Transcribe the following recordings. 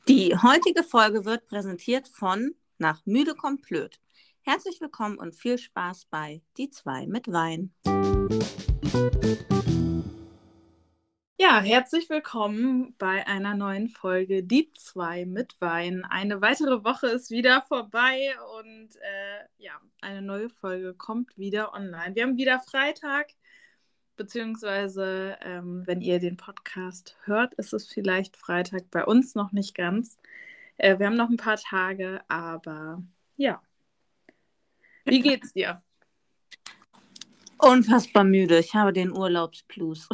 Die heutige Folge wird präsentiert von Nach Müde kommt blöd. Herzlich willkommen und viel Spaß bei Die zwei mit Wein. Ja, herzlich willkommen bei einer neuen Folge Die zwei mit Wein. Eine weitere Woche ist wieder vorbei und eine neue Folge kommt wieder online. Wir haben wieder Freitag, beziehungsweise wenn ihr den Podcast hört, ist es vielleicht Freitag, bei uns noch nicht ganz. Wir haben noch ein paar Tage, aber ja. Wie geht's dir? Unfassbar müde. Ich habe den Urlaubsblues.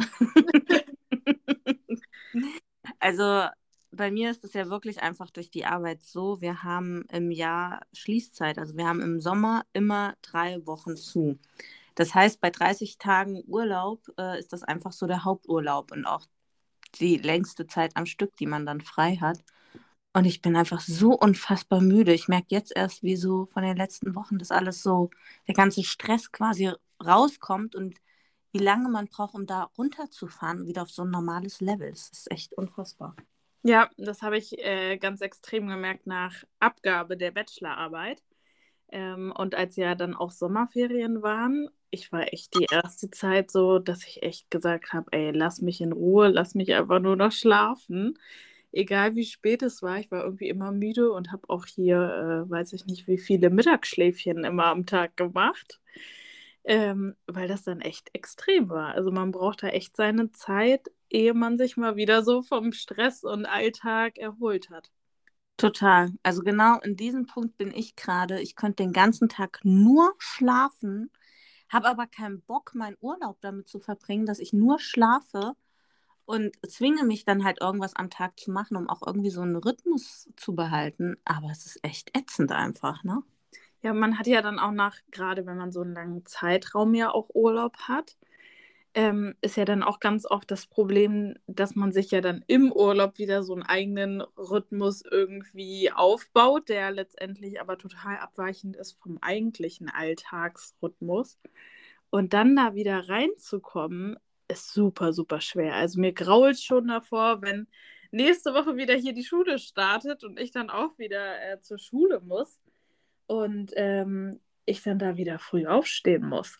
Also bei mir ist es ja wirklich einfach durch die Arbeit so, wir haben im Jahr Schließzeit. Also wir haben im Sommer immer 3 Wochen zu. Das heißt, bei 30 Tagen Urlaub ist das einfach so der Haupturlaub und auch die längste Zeit am Stück, die man dann frei hat. Und ich bin einfach so unfassbar müde. Ich merke jetzt erst, wie so von den letzten Wochen das alles so, der ganze Stress quasi rauskommt und wie lange man braucht, um da runterzufahren, wieder auf so ein normales Level. Das ist echt unfassbar. Ja, das habe ich ganz extrem gemerkt nach Abgabe der Bachelorarbeit. Und als ja dann auch Sommerferien waren, ich war echt die erste Zeit so, dass ich echt gesagt habe, ey, lass mich in Ruhe, lass mich einfach nur noch schlafen. Egal wie spät es war, ich war irgendwie immer müde und habe auch hier, weiß ich nicht, wie viele Mittagsschläfchen immer am Tag gemacht, weil das dann echt extrem war. Also man braucht da echt seine Zeit, ehe man sich mal wieder so vom Stress und Alltag erholt hat. Total. Also genau in diesem Punkt bin ich gerade. Ich könnte den ganzen Tag nur schlafen, habe aber keinen Bock, meinen Urlaub damit zu verbringen, dass ich nur schlafe und zwinge mich dann halt irgendwas am Tag zu machen, um auch irgendwie so einen Rhythmus zu behalten. Aber es ist echt ätzend einfach, ne? Ja, man hat ja dann auch gerade wenn man so einen langen Zeitraum ja auch Urlaub hat, ist ja dann auch ganz oft das Problem, dass man sich ja dann im Urlaub wieder so einen eigenen Rhythmus irgendwie aufbaut, der letztendlich aber total abweichend ist vom eigentlichen Alltagsrhythmus. Und dann da wieder reinzukommen, ist super, super schwer. Also mir grault schon davor, wenn nächste Woche wieder hier die Schule startet und ich dann auch wieder zur Schule muss und ich dann da wieder früh aufstehen muss.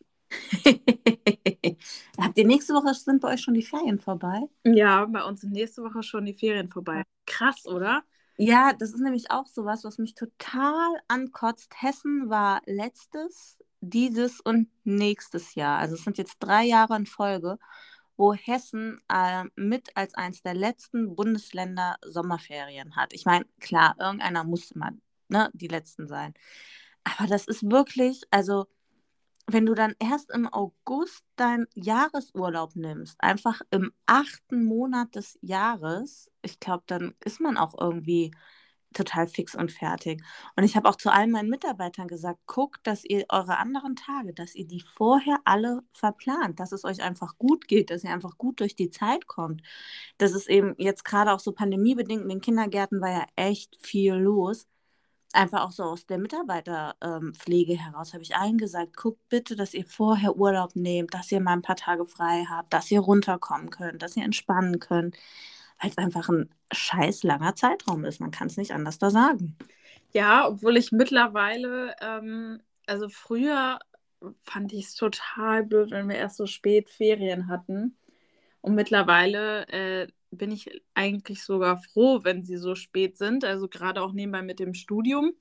Habt ihr nächste Woche, sind bei euch schon die Ferien vorbei? Ja, bei uns sind nächste Woche schon die Ferien vorbei. Krass, oder? Ja, das ist nämlich auch sowas, was mich total ankotzt. Hessen war letztes, dieses und nächstes Jahr. Also es sind jetzt 3 Jahre in Folge, wo Hessen mit als eines der letzten Bundesländer Sommerferien hat. Ich meine, klar, irgendeiner muss immer, ne, die letzten sein. Aber das ist wirklich, also wenn du dann erst im August deinen Jahresurlaub nimmst, einfach im 8. Monat des Jahres, ich glaube, dann ist man auch irgendwie total fix und fertig. Und ich habe auch zu allen meinen Mitarbeitern gesagt, guckt, dass ihr eure anderen Tage, dass ihr die vorher alle verplant, dass es euch einfach gut geht, dass ihr einfach gut durch die Zeit kommt. Das ist eben jetzt gerade auch so pandemiebedingt in den Kindergärten war ja echt viel los. Einfach auch so aus der Mitarbeiterpflege heraus habe ich allen gesagt, guckt bitte, dass ihr vorher Urlaub nehmt, dass ihr mal ein paar Tage frei habt, dass ihr runterkommen könnt, dass ihr entspannen könnt, weil es einfach ein scheiß langer Zeitraum ist. Man kann es nicht anders da sagen. Ja, obwohl ich mittlerweile, also früher fand ich es total blöd, wenn wir erst so spät Ferien hatten. Und mittlerweile bin ich eigentlich sogar froh, wenn sie so spät sind, also gerade auch nebenbei mit dem Studium.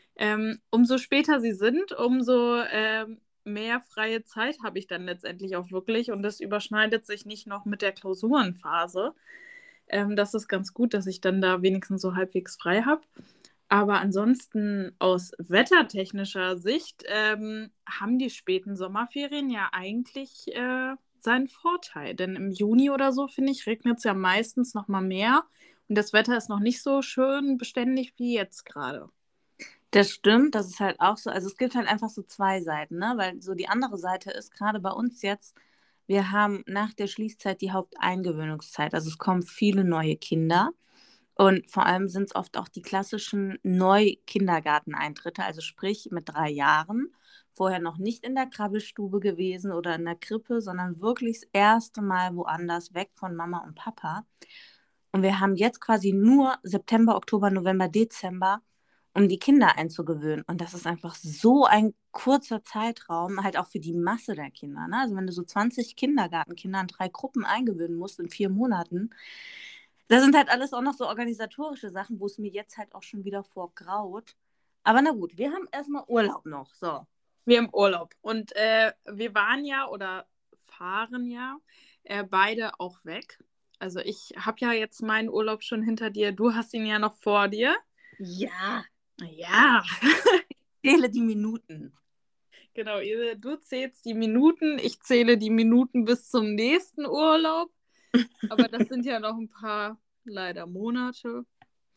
Umso später sie sind, umso mehr freie Zeit habe ich dann letztendlich auch wirklich. Und das überschneidet sich nicht noch mit der Klausurenphase. Das ist ganz gut, dass ich dann da wenigstens so halbwegs frei habe. Aber ansonsten aus wettertechnischer Sicht haben die späten Sommerferien ja eigentlich seinen Vorteil. Denn im Juni oder so, finde ich, regnet es ja meistens noch mal mehr. Und das Wetter ist noch nicht so schön beständig wie jetzt gerade. Das stimmt, das ist halt auch so. Also es gibt halt einfach so zwei Seiten, ne? Weil so die andere Seite ist gerade bei uns jetzt, wir haben nach der Schließzeit die Haupteingewöhnungszeit. Also es kommen viele neue Kinder. Und vor allem sind es oft auch die klassischen Neu-Kindergarteneintritte, also sprich mit 3 Jahren, vorher noch nicht in der Krabbelstube gewesen oder in der Krippe, sondern wirklich das erste Mal woanders weg von Mama und Papa. Und wir haben jetzt quasi nur September, Oktober, November, Dezember, um die Kinder einzugewöhnen. Und das ist einfach so ein kurzer Zeitraum, halt auch für die Masse der Kinder. Ne? Also wenn du so 20 Kindergartenkinder in 3 Gruppen eingewöhnen musst in 4 Monaten, das sind halt alles auch noch so organisatorische Sachen, wo es mir jetzt halt auch schon wieder vorgraut. Aber na gut, wir haben erstmal Urlaub noch. So. Wir im Urlaub. Und wir waren ja oder fahren ja beide auch weg. Also ich habe ja jetzt meinen Urlaub schon hinter dir. Du hast ihn ja noch vor dir. Ja, Ja, zähle die Minuten. genau. Du zählst die Minuten, ich zähle die Minuten bis zum nächsten Urlaub. Aber das sind ja noch ein paar, leider Monate.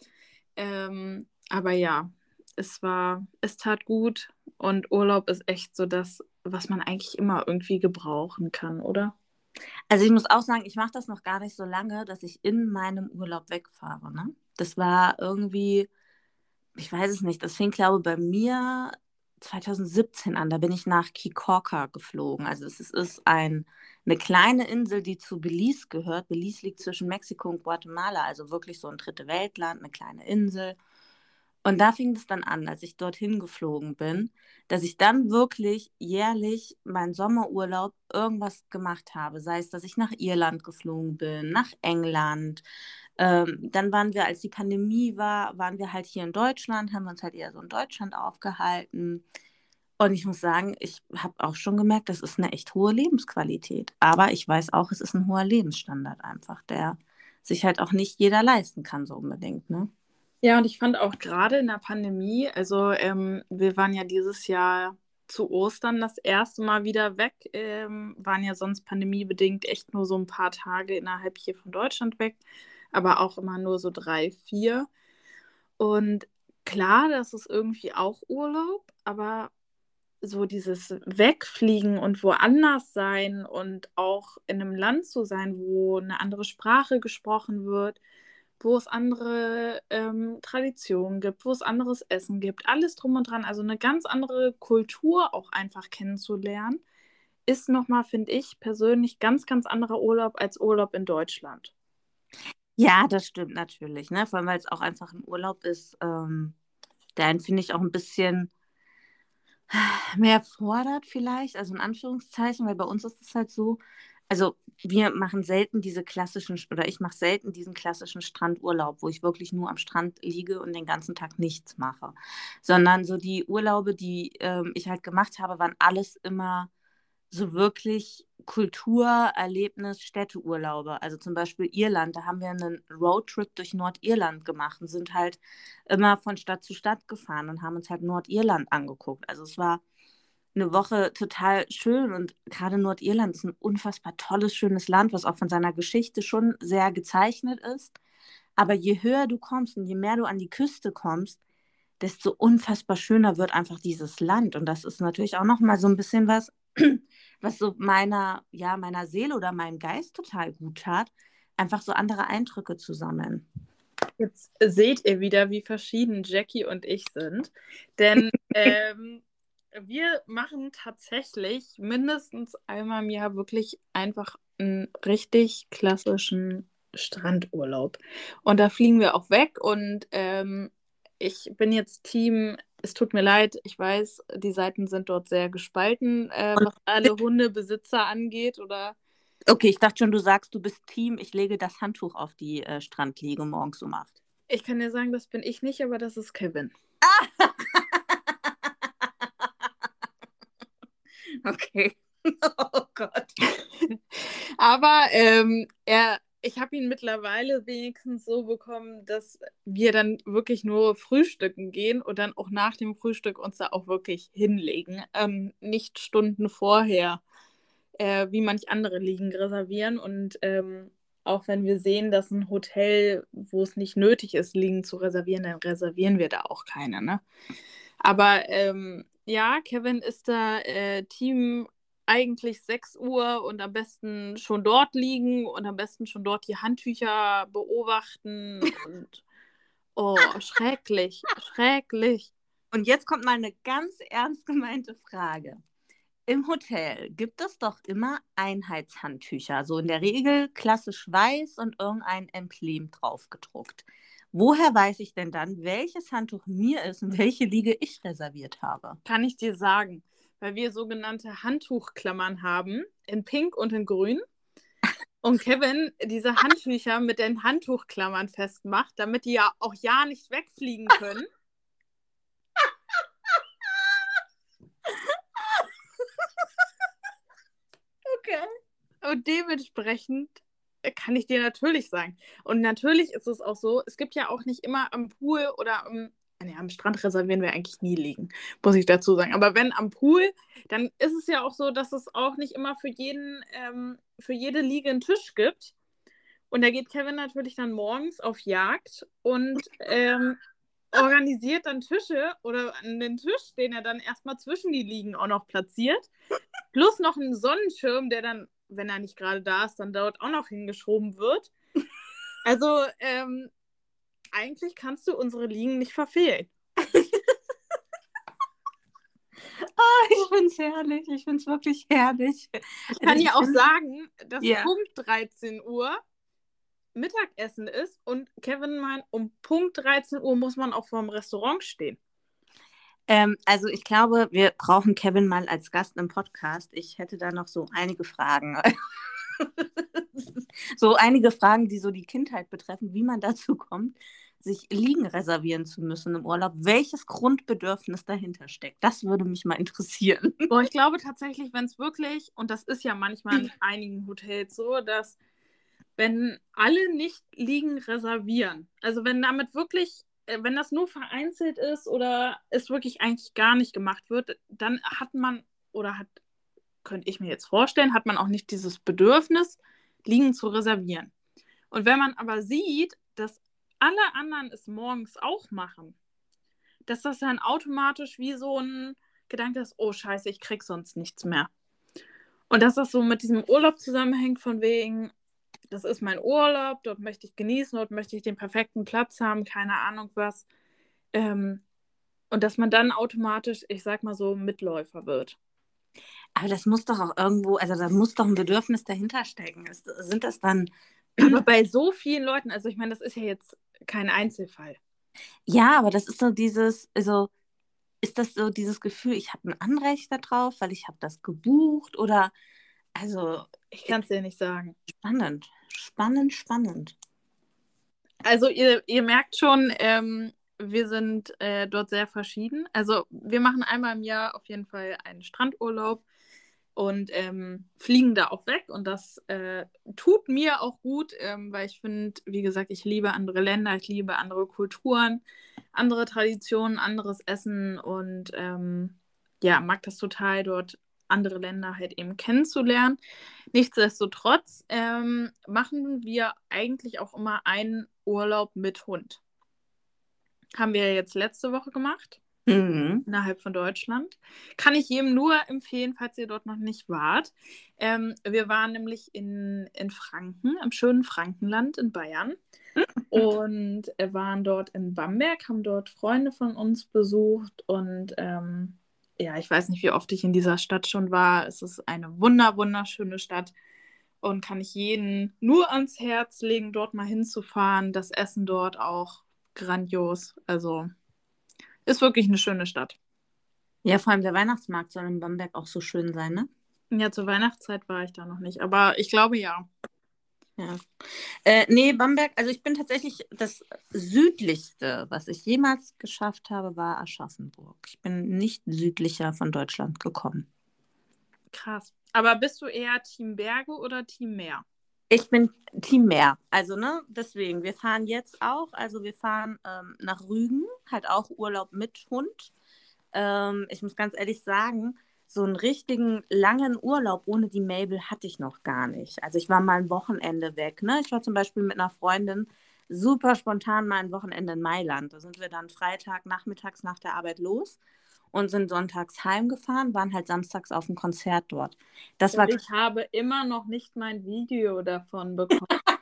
Aber ja, es tat gut und Urlaub ist echt so das, was man eigentlich immer irgendwie gebrauchen kann, oder? Also ich muss auch sagen, ich mache das noch gar nicht so lange, dass ich in meinem Urlaub wegfahre. Ne? Das war irgendwie, ich weiß es nicht, das fing, glaube ich, bei mir 2017 an. Da bin ich nach Kikorka geflogen. Also es ist eine kleine Insel, die zu Belize gehört. Belize liegt zwischen Mexiko und Guatemala, also wirklich so ein dritte Weltland, eine kleine Insel. Und da fing es dann an, als ich dorthin geflogen bin, dass ich dann wirklich jährlich meinen Sommerurlaub irgendwas gemacht habe. Sei es, dass ich nach Irland geflogen bin, nach England. Dann waren wir, als die Pandemie war, waren wir halt hier in Deutschland, haben wir uns halt eher so in Deutschland aufgehalten. Und ich muss sagen, ich habe auch schon gemerkt, das ist eine echt hohe Lebensqualität. Aber ich weiß auch, es ist ein hoher Lebensstandard einfach, der sich halt auch nicht jeder leisten kann, so unbedingt, ne? Ja, und ich fand auch gerade in der Pandemie, also wir waren ja dieses Jahr zu Ostern das erste Mal wieder weg, waren ja sonst pandemiebedingt echt nur so ein paar Tage innerhalb hier von Deutschland weg, aber auch immer nur so 3, 4. Und klar, das ist irgendwie auch Urlaub, aber so dieses Wegfliegen und woanders sein und auch in einem Land zu sein, wo eine andere Sprache gesprochen wird, wo es andere Traditionen gibt, wo es anderes Essen gibt, alles drum und dran, also eine ganz andere Kultur auch einfach kennenzulernen, ist nochmal, finde ich persönlich, ganz, ganz anderer Urlaub als Urlaub in Deutschland. Ja, das stimmt natürlich, ne? Vor allem, weil es auch einfach ein Urlaub ist, der einen, finde ich, auch ein bisschen mehr fordert vielleicht, also in Anführungszeichen, weil bei uns ist es halt so, also wir machen selten diese klassischen, oder ich mache selten diesen klassischen Strandurlaub, wo ich wirklich nur am Strand liege und den ganzen Tag nichts mache, sondern so die Urlaube, die ich halt gemacht habe, waren alles immer so wirklich Kulturerlebnis, Städteurlaube. Also zum Beispiel Irland, da haben wir einen Roadtrip durch Nordirland gemacht und sind halt immer von Stadt zu Stadt gefahren und haben uns halt Nordirland angeguckt. Also es war eine Woche total schön und gerade Nordirland ist ein unfassbar tolles, schönes Land, was auch von seiner Geschichte schon sehr gezeichnet ist. Aber je höher du kommst und je mehr du an die Küste kommst, desto unfassbar schöner wird einfach dieses Land. Und das ist natürlich auch noch mal so ein bisschen was, was so meiner Seele oder meinem Geist total gut tat, einfach so andere Eindrücke zu sammeln. Jetzt seht ihr wieder, wie verschieden Jackie und ich sind. Denn wir machen tatsächlich mindestens einmal im Jahr wirklich einfach einen richtig klassischen Strandurlaub. Und da fliegen wir auch weg. Und ich bin jetzt Team, es tut mir leid, ich weiß, die Seiten sind dort sehr gespalten, Und was alle Hundebesitzer angeht oder. okay, ich dachte schon, du sagst, du bist Team, ich lege das Handtuch auf die Strandliege morgens um 8. Ich kann dir sagen, das bin ich nicht, aber das ist Kevin. Okay. Oh Gott. Aber ich habe ihn mittlerweile wenigstens so bekommen, dass wir dann wirklich nur frühstücken gehen und dann auch nach dem Frühstück uns da auch wirklich hinlegen. Nicht Stunden vorher, wie manch andere Liegen reservieren. Und auch wenn wir sehen, dass ein Hotel, wo es nicht nötig ist, Liegen zu reservieren, dann reservieren wir da auch keine. Ne? Aber ja, Kevin ist da Team eigentlich 6 Uhr und am besten schon dort liegen und am besten schon dort die Handtücher beobachten und oh, schrecklich, schrecklich. Und jetzt kommt mal eine ganz ernst gemeinte Frage. Im Hotel gibt es doch immer Einheitshandtücher, so in der Regel klassisch weiß und irgendein Emblem drauf gedruckt. Woher weiß ich denn dann, welches Handtuch mir ist und welche Liege ich reserviert habe? Kann ich dir sagen, weil wir sogenannte Handtuchklammern haben, in Pink und in Grün. Und Kevin diese Handtücher mit den Handtuchklammern festmacht, damit die ja auch ja nicht wegfliegen können. Okay. Und dementsprechend kann ich dir natürlich sagen. Und natürlich ist es auch so, es gibt ja auch nicht immer am Pool oder am Strand reservieren wir eigentlich nie liegen, muss ich dazu sagen. Aber wenn am Pool, dann ist es ja auch so, dass es auch nicht immer für jede Liege einen Tisch gibt. Und da geht Kevin natürlich dann morgens auf Jagd und organisiert dann Tische oder einen Tisch, den er dann erstmal zwischen die Liegen auch noch platziert. Plus noch einen Sonnenschirm, der dann, wenn er nicht gerade da ist, dann dort auch noch hingeschoben wird. Also eigentlich kannst du unsere Liegen nicht verfehlen. Ich finde es herrlich. Ich finde es wirklich herrlich. Ich kann dir auch sagen, dass Ja. Punkt 13 Uhr Mittagessen ist und Kevin meint, um Punkt 13 Uhr muss man auch vor dem Restaurant stehen. Also ich glaube, wir brauchen Kevin mal als Gast im Podcast. Ich hätte da noch so einige Fragen. So einige Fragen, die so die Kindheit betreffen, wie man dazu kommt, sich Liegen reservieren zu müssen im Urlaub. Welches Grundbedürfnis dahinter steckt, das würde mich mal interessieren. Boah, ich glaube tatsächlich, wenn es wirklich, und das ist ja manchmal in einigen Hotels so, dass wenn alle nicht Liegen reservieren, also wenn damit wirklich, wenn das nur vereinzelt ist oder es wirklich eigentlich gar nicht gemacht wird, dann hat man, könnte ich mir jetzt vorstellen, hat man auch nicht dieses Bedürfnis, Liegen zu reservieren. Und wenn man aber sieht, dass alle anderen es morgens auch machen, dass das dann automatisch wie so ein Gedanke ist, oh Scheiße, ich krieg sonst nichts mehr. Und dass das so mit diesem Urlaub zusammenhängt, von wegen, das ist mein Urlaub, dort möchte ich genießen, dort möchte ich den perfekten Platz haben, keine Ahnung was. Und dass man dann automatisch, ich sag mal so, Mitläufer wird. Aber das muss doch auch irgendwo, also da muss doch ein Bedürfnis dahinter stecken. Sind das dann... Aber bei so vielen Leuten, also ich meine, das ist ja jetzt kein Einzelfall. Ja, aber das ist so dieses, also ist das so dieses Gefühl, ich habe ein Anrecht darauf, weil ich habe das gebucht oder, also Ich kann es dir nicht sagen. spannend, spannend, spannend. Also ihr merkt schon, wir sind dort sehr verschieden. Also wir machen einmal im Jahr auf jeden Fall einen Strandurlaub und fliegen da auch weg. Und das tut mir auch gut, weil ich finde, wie gesagt, ich liebe andere Länder, ich liebe andere Kulturen, andere Traditionen, anderes Essen und ja, mag das total, dort andere Länder halt eben kennenzulernen. Nichtsdestotrotz machen wir eigentlich auch immer einen Urlaub mit Hund. Haben wir jetzt letzte Woche gemacht, innerhalb von Deutschland. Kann ich jedem nur empfehlen, falls ihr dort noch nicht wart. Wir waren nämlich in Franken, im schönen Frankenland in Bayern. Und waren dort in Bamberg, haben dort Freunde von uns besucht und ja, ich weiß nicht, wie oft ich in dieser Stadt schon war. Es ist eine wunderschöne Stadt und kann ich jeden nur ans Herz legen, dort mal hinzufahren. Das Essen dort auch grandios. Also ist wirklich eine schöne Stadt. Ja, vor allem der Weihnachtsmarkt soll in Bamberg auch so schön sein, ne? Ja, zur Weihnachtszeit war ich da noch nicht, aber ich glaube ja. Ja. Nee, Bamberg, also ich bin tatsächlich das südlichste, was ich jemals geschafft habe, war Aschaffenburg. Ich bin nicht südlicher von Deutschland gekommen. Krass. Aber bist du eher Team Berge oder Team Meer? Ich bin Team Meer. Also, ne, deswegen, wir fahren jetzt auch, also wir fahren nach Rügen, halt auch Urlaub mit Hund. Ich muss ganz ehrlich sagen, so einen richtigen langen Urlaub ohne die Mabel hatte ich noch gar nicht. Also ich war mal ein Wochenende weg, ne? Ich war zum Beispiel mit einer Freundin super spontan mal ein Wochenende in Mailand. Da sind wir dann Freitag nachmittags nach der Arbeit los und sind sonntags heimgefahren, waren halt samstags auf dem Konzert dort. Das war Und ich habe immer noch nicht mein Video davon bekommen.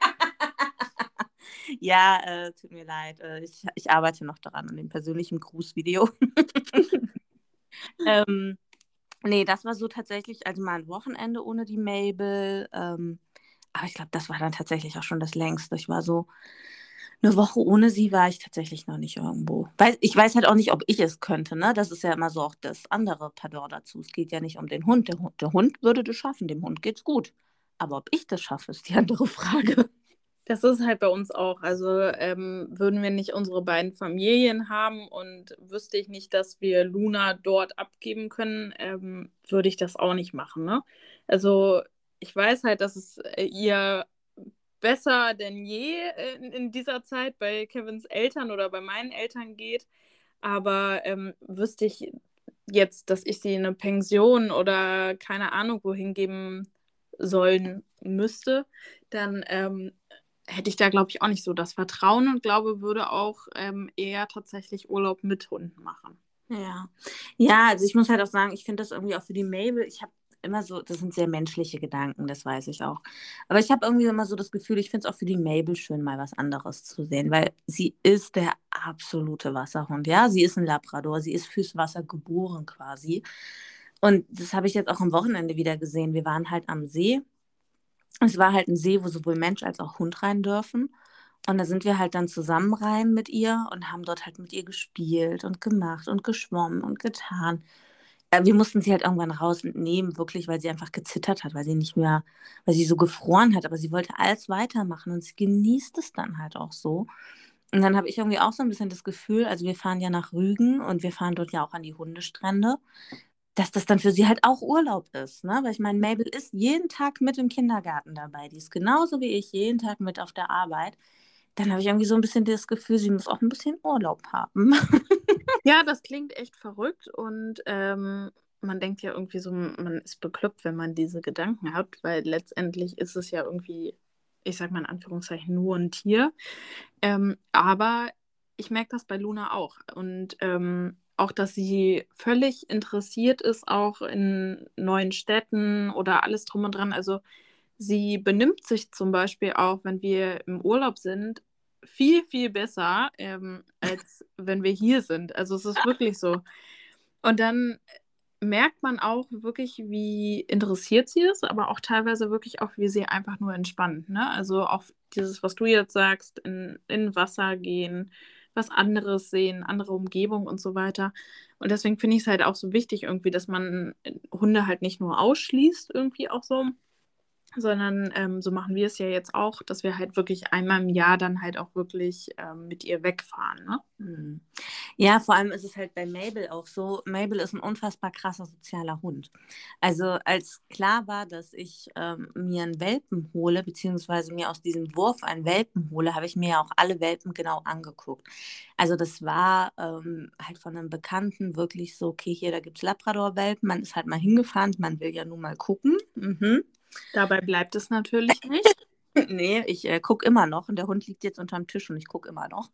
Ja, tut mir leid. Ich arbeite noch daran, an dem persönlichen Grußvideo. Nee, das war so tatsächlich, also mal ein Wochenende ohne die Mabel. Aber ich glaube, das war dann tatsächlich auch schon das Längste. Ich war so, eine Woche ohne sie war ich tatsächlich noch nicht irgendwo. Weil ich weiß halt auch nicht, ob ich es könnte, ne? Das ist ja immer so auch das andere Pardon dazu. Es geht ja nicht um den Hund. Der Hund würde das schaffen, dem Hund geht's gut. Aber ob ich das schaffe, ist die andere Frage. Das ist halt bei uns auch. Also würden wir nicht unsere beiden Familien haben und wüsste ich nicht, dass wir Luna dort abgeben können, würde ich das auch nicht machen, ne? Also ich weiß halt, dass es ihr besser denn je in dieser Zeit bei Kevins Eltern oder bei meinen Eltern geht. Aber wüsste ich jetzt, dass ich sie in eine Pension oder keine Ahnung wohin geben sollen müsste, dann hätte ich da, glaube ich, auch nicht so das Vertrauen und glaube, würde auch eher tatsächlich Urlaub mit Hunden machen. Ja. Ja, also ich muss halt auch sagen, ich finde das irgendwie auch für die Mabel, ich habe immer so, das sind sehr menschliche Gedanken, das weiß ich auch. Aber ich habe irgendwie immer so das Gefühl, ich finde es auch für die Mabel schön, mal was anderes zu sehen, weil sie ist der absolute Wasserhund, ja. Sie ist ein Labrador, sie ist fürs Wasser geboren quasi. Und das habe ich jetzt auch am Wochenende wieder gesehen. Wir waren halt am See. Es war halt ein See, wo sowohl Mensch als auch Hund rein dürfen. Und da sind wir halt dann zusammen rein mit ihr und haben dort halt mit ihr gespielt und gemacht und geschwommen und getan. Wir mussten sie halt irgendwann rausnehmen, wirklich, weil sie einfach gezittert hat, weil sie nicht mehr, weil sie so gefroren hat. Aber sie wollte alles weitermachen und sie genießt es dann halt auch so. Und dann habe ich irgendwie auch so ein bisschen das Gefühl, also wir fahren ja nach Rügen und wir fahren dort ja auch an die Hundestrände, dass das dann für sie halt auch Urlaub ist, ne? Weil ich meine, Mabel ist jeden Tag mit im Kindergarten dabei. Die ist genauso wie ich jeden Tag mit auf der Arbeit. Dann habe ich irgendwie so ein bisschen das Gefühl, sie muss auch ein bisschen Urlaub haben. Ja, das klingt echt verrückt und man denkt ja irgendwie so, man ist bekloppt, wenn man diese Gedanken hat, weil letztendlich ist es ja irgendwie, ich sag mal in Anführungszeichen, nur ein Tier. Aber ich merke das bei Luna auch und auch, dass sie völlig interessiert ist, auch in neuen Städten oder alles drum und dran. Also sie benimmt sich zum Beispiel auch, wenn wir im Urlaub sind, viel, viel besser, als wenn wir hier sind. Also es ist wirklich so. Und dann merkt man auch wirklich, wie interessiert sie ist, aber auch teilweise wirklich auch, wie sie einfach nur entspannt. Ne? Also auch dieses, was du jetzt sagst, in Wasser gehen, was anderes sehen, andere Umgebung und so weiter. Und deswegen finde ich es halt auch so wichtig irgendwie, dass man Hunde halt nicht nur ausschließt, irgendwie auch so, sondern so machen wir es ja jetzt auch, dass wir halt wirklich einmal im Jahr dann halt auch wirklich mit ihr wegfahren, ne? Hm. Ja, vor allem ist es halt bei Mabel auch so. Mabel ist ein unfassbar krasser sozialer Hund. Also als klar war, dass ich mir einen Welpen hole, beziehungsweise mir aus diesem Wurf einen Welpen hole, habe ich mir ja auch alle Welpen genau angeguckt. Also das war halt von einem Bekannten wirklich so, okay, hier, da gibt es Labrador-Welpen. Man ist halt mal hingefahren, man will ja nun mal gucken. Mhm. Dabei bleibt es natürlich nicht. Nee, ich gucke immer noch und der Hund liegt jetzt unterm Tisch und ich gucke immer noch.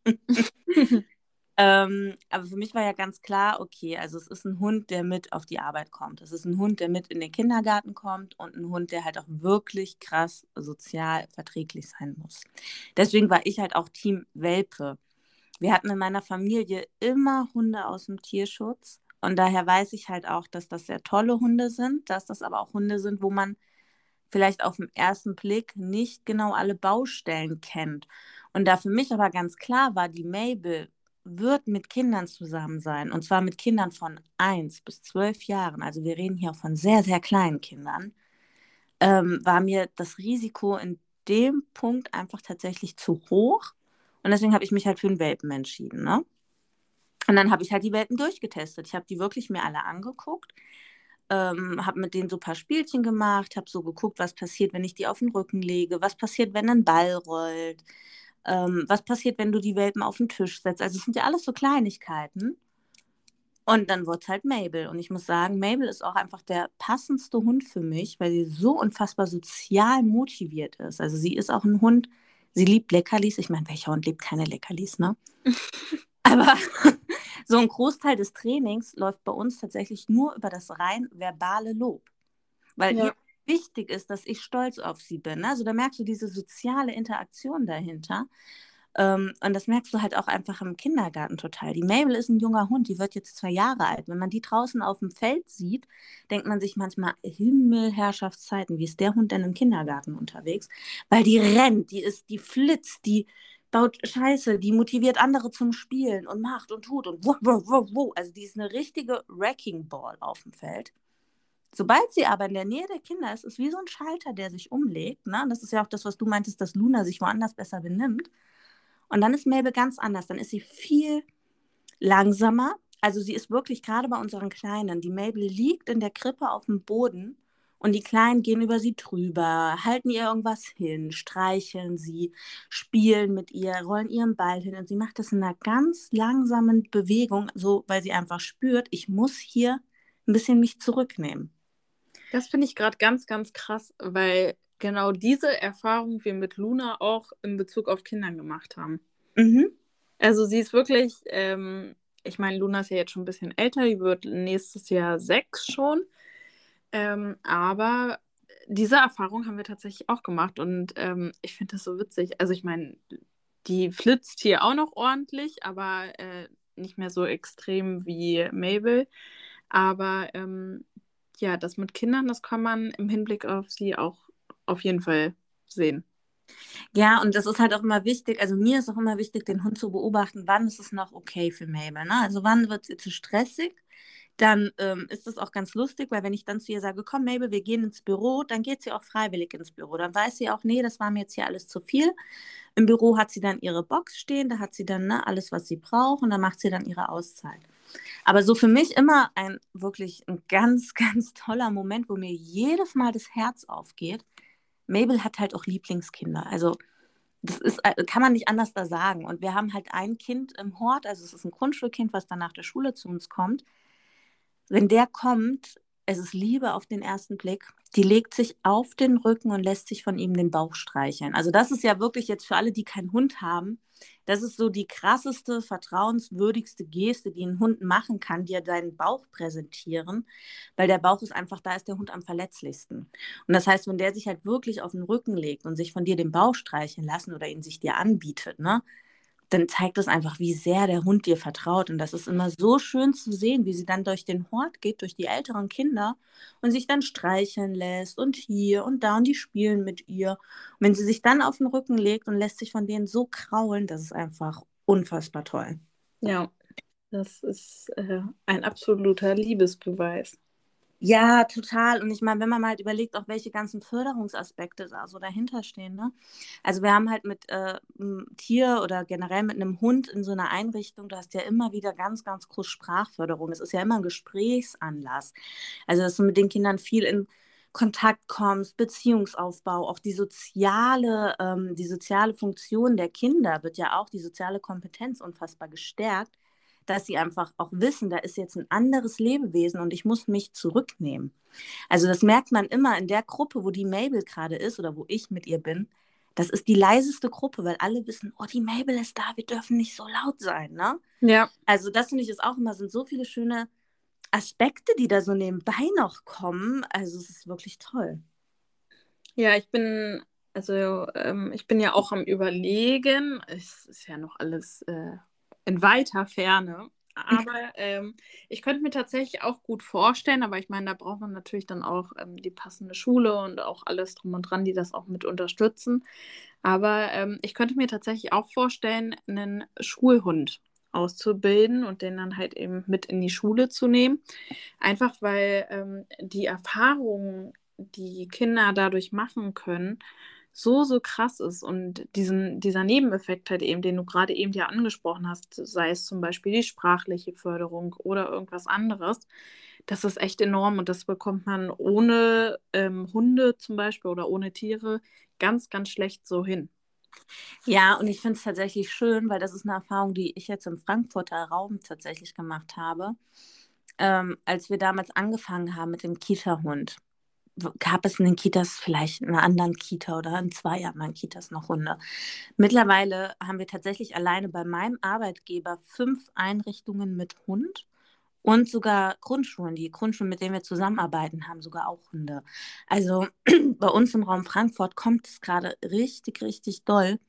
Aber für mich war ja ganz klar, okay, also es ist ein Hund, der mit auf die Arbeit kommt. Es ist ein Hund, der mit in den Kindergarten kommt und ein Hund, der halt auch wirklich krass sozial verträglich sein muss. Deswegen war ich halt auch Team Welpe. Wir hatten in meiner Familie immer Hunde aus dem Tierschutz und daher weiß ich halt auch, dass das sehr tolle Hunde sind, dass das aber auch Hunde sind, wo man vielleicht auf den ersten Blick nicht genau alle Baustellen kennt. Und da für mich aber ganz klar war, die Mabel wird mit Kindern zusammen sein. Und zwar mit Kindern von 1 bis 12 Jahren. Also wir reden hier auch von sehr, sehr kleinen Kindern. War mir das Risiko in dem Punkt einfach tatsächlich zu hoch. Und deswegen habe ich mich halt für einen Welpen entschieden, ne? Und dann habe ich halt die Welpen durchgetestet. Ich habe die wirklich mir alle angeguckt, habe mit denen so ein paar Spielchen gemacht, habe so geguckt, was passiert, wenn ich die auf den Rücken lege, was passiert, wenn ein Ball rollt, was passiert, wenn du die Welpen auf den Tisch setzt. Also es sind ja alles so Kleinigkeiten. Und dann wurde es halt Mabel. Und ich muss sagen, Mabel ist auch einfach der passendste Hund für mich, weil sie so unfassbar sozial motiviert ist. Also sie ist auch ein Hund, sie liebt Leckerlis. Ich meine, welcher Hund liebt keine Leckerlis, ne? Aber so ein Großteil des Trainings läuft bei uns tatsächlich nur über das rein verbale Lob. Weil ihr Ja. wichtig ist, dass ich stolz auf sie bin. Also da merkst du diese soziale Interaktion dahinter. Und das merkst du halt auch einfach im Kindergarten total. Die Mabel ist ein junger Hund, die wird jetzt 2 Jahre alt. Wenn man die draußen auf dem Feld sieht, denkt man sich manchmal, Himmel, Herrschaftszeiten, wie ist der Hund denn im Kindergarten unterwegs? Weil die rennt, die flitzt, die baut Scheiße, die motiviert andere zum Spielen und macht und tut und wuh, wuh, wuh, wuh. Also die ist eine richtige Wrecking Ball auf dem Feld. Sobald sie aber in der Nähe der Kinder ist, ist wie so ein Schalter, der sich umlegt. Ne? Das ist ja auch das, was du meintest, dass Luna sich woanders besser benimmt. Und dann ist Mabel ganz anders. Dann ist sie viel langsamer. Also sie ist wirklich gerade bei unseren Kleinen. Die Mabel liegt in der Krippe auf dem Boden und die Kleinen gehen über sie drüber, halten ihr irgendwas hin, streicheln sie, spielen mit ihr, rollen ihren Ball hin. Und sie macht das in einer ganz langsamen Bewegung, so weil sie einfach spürt, ich muss hier ein bisschen mich zurücknehmen. Das finde ich gerade ganz, ganz krass, weil genau diese Erfahrung wir mit Luna auch in Bezug auf Kindern gemacht haben. Mhm. Also sie ist wirklich, ich meine, Luna ist ja jetzt schon ein bisschen älter, die wird nächstes Jahr 6 schon. Aber diese Erfahrung haben wir tatsächlich auch gemacht und ich finde das so witzig. Also ich meine, die flitzt hier auch noch ordentlich, aber nicht mehr so extrem wie Mabel. Aber ja, das mit Kindern, das kann man im Hinblick auf sie auch auf jeden Fall sehen. Ja, und das ist halt auch immer wichtig, also mir ist auch immer wichtig, den Hund zu beobachten, wann ist es noch okay für Mabel, ne? Also wann wird es ihr zu stressig? Dann ist es auch ganz lustig, weil wenn ich dann zu ihr sage, komm Mabel, wir gehen ins Büro, dann geht sie auch freiwillig ins Büro. Dann weiß sie auch, nee, das war mir jetzt hier alles zu viel. Im Büro hat sie dann ihre Box stehen, da hat sie dann ne, alles, was sie braucht und dann macht sie dann ihre Auszeit. Aber so für mich immer wirklich ein ganz, ganz toller Moment, wo mir jedes Mal das Herz aufgeht. Mabel hat halt auch Lieblingskinder. Also das ist, kann man nicht anders da sagen. Und wir haben halt ein Kind im Hort, also es ist ein Grundschulkind, was dann nach der Schule zu uns kommt. Wenn der kommt, es ist Liebe auf den ersten Blick. Die legt sich auf den Rücken und lässt sich von ihm den Bauch streicheln. Also das ist ja wirklich jetzt für alle, die keinen Hund haben, das ist so die krasseste, vertrauenswürdigste Geste, die ein Hund machen kann, dir deinen Bauch präsentieren, weil der Bauch ist einfach, da ist der Hund am verletzlichsten. Und das heißt, wenn der sich halt wirklich auf den Rücken legt und sich von dir den Bauch streicheln lassen oder ihn sich dir anbietet, ne, dann zeigt das einfach, wie sehr der Hund dir vertraut. Und das ist immer so schön zu sehen, wie sie dann durch den Hort geht, durch die älteren Kinder und sich dann streicheln lässt und hier und da und die spielen mit ihr. Und wenn sie sich dann auf den Rücken legt und lässt sich von denen so kraulen, das ist einfach unfassbar toll. Ja, das ist ein absoluter Liebesbeweis. Ja, total. Und ich meine, wenn man mal halt überlegt, auch welche ganzen Förderungsaspekte da so dahinter stehen, ne? Also wir haben halt mit einem Tier oder generell mit einem Hund in so einer Einrichtung, du hast ja immer wieder ganz, ganz groß Sprachförderung. Es ist ja immer ein Gesprächsanlass. Also dass du mit den Kindern viel in Kontakt kommst, Beziehungsaufbau, auch die soziale Funktion der Kinder wird ja auch, die soziale Kompetenz unfassbar gestärkt, dass sie einfach auch wissen, da ist jetzt ein anderes Lebewesen und ich muss mich zurücknehmen. Also das merkt man immer in der Gruppe, wo die Mabel gerade ist oder wo ich mit ihr bin. Das ist die leiseste Gruppe, weil alle wissen, oh, die Mabel ist da, wir dürfen nicht so laut sein, ne? Ja, Also das finde ich ist auch immer, sind so viele schöne Aspekte, die da so nebenbei noch kommen. Also es ist wirklich toll. ja, ich bin ja auch am Überlegen. Es ist ja noch alles in weiter Ferne. Aber ich könnte mir tatsächlich auch gut vorstellen, aber ich meine, da braucht man natürlich dann auch die passende Schule und auch alles drum und dran, die das auch mit unterstützen. Aber ich könnte mir tatsächlich auch vorstellen, einen Schulhund auszubilden und den dann halt eben mit in die Schule zu nehmen. Einfach weil die Erfahrungen, die Kinder dadurch machen können, so, so krass ist. Und dieser Nebeneffekt halt eben, den du gerade eben ja angesprochen hast, sei es zum Beispiel die sprachliche Förderung oder irgendwas anderes, das ist echt enorm und das bekommt man ohne Hunde zum Beispiel oder ohne Tiere ganz, ganz schlecht so hin. Ja, und ich finde es tatsächlich schön, weil das ist eine Erfahrung, die ich jetzt im Frankfurter Raum tatsächlich gemacht habe. Als wir damals angefangen haben mit dem Kita-Hund, gab es in den Kitas vielleicht in einer anderen Kita oder in 2 anderen Kitas noch Hunde. Mittlerweile haben wir tatsächlich alleine bei meinem Arbeitgeber 5 Einrichtungen mit Hund und sogar Grundschulen. Die Grundschulen, mit denen wir zusammenarbeiten, haben sogar auch Hunde. Also bei uns im Raum Frankfurt kommt es gerade richtig, richtig doll.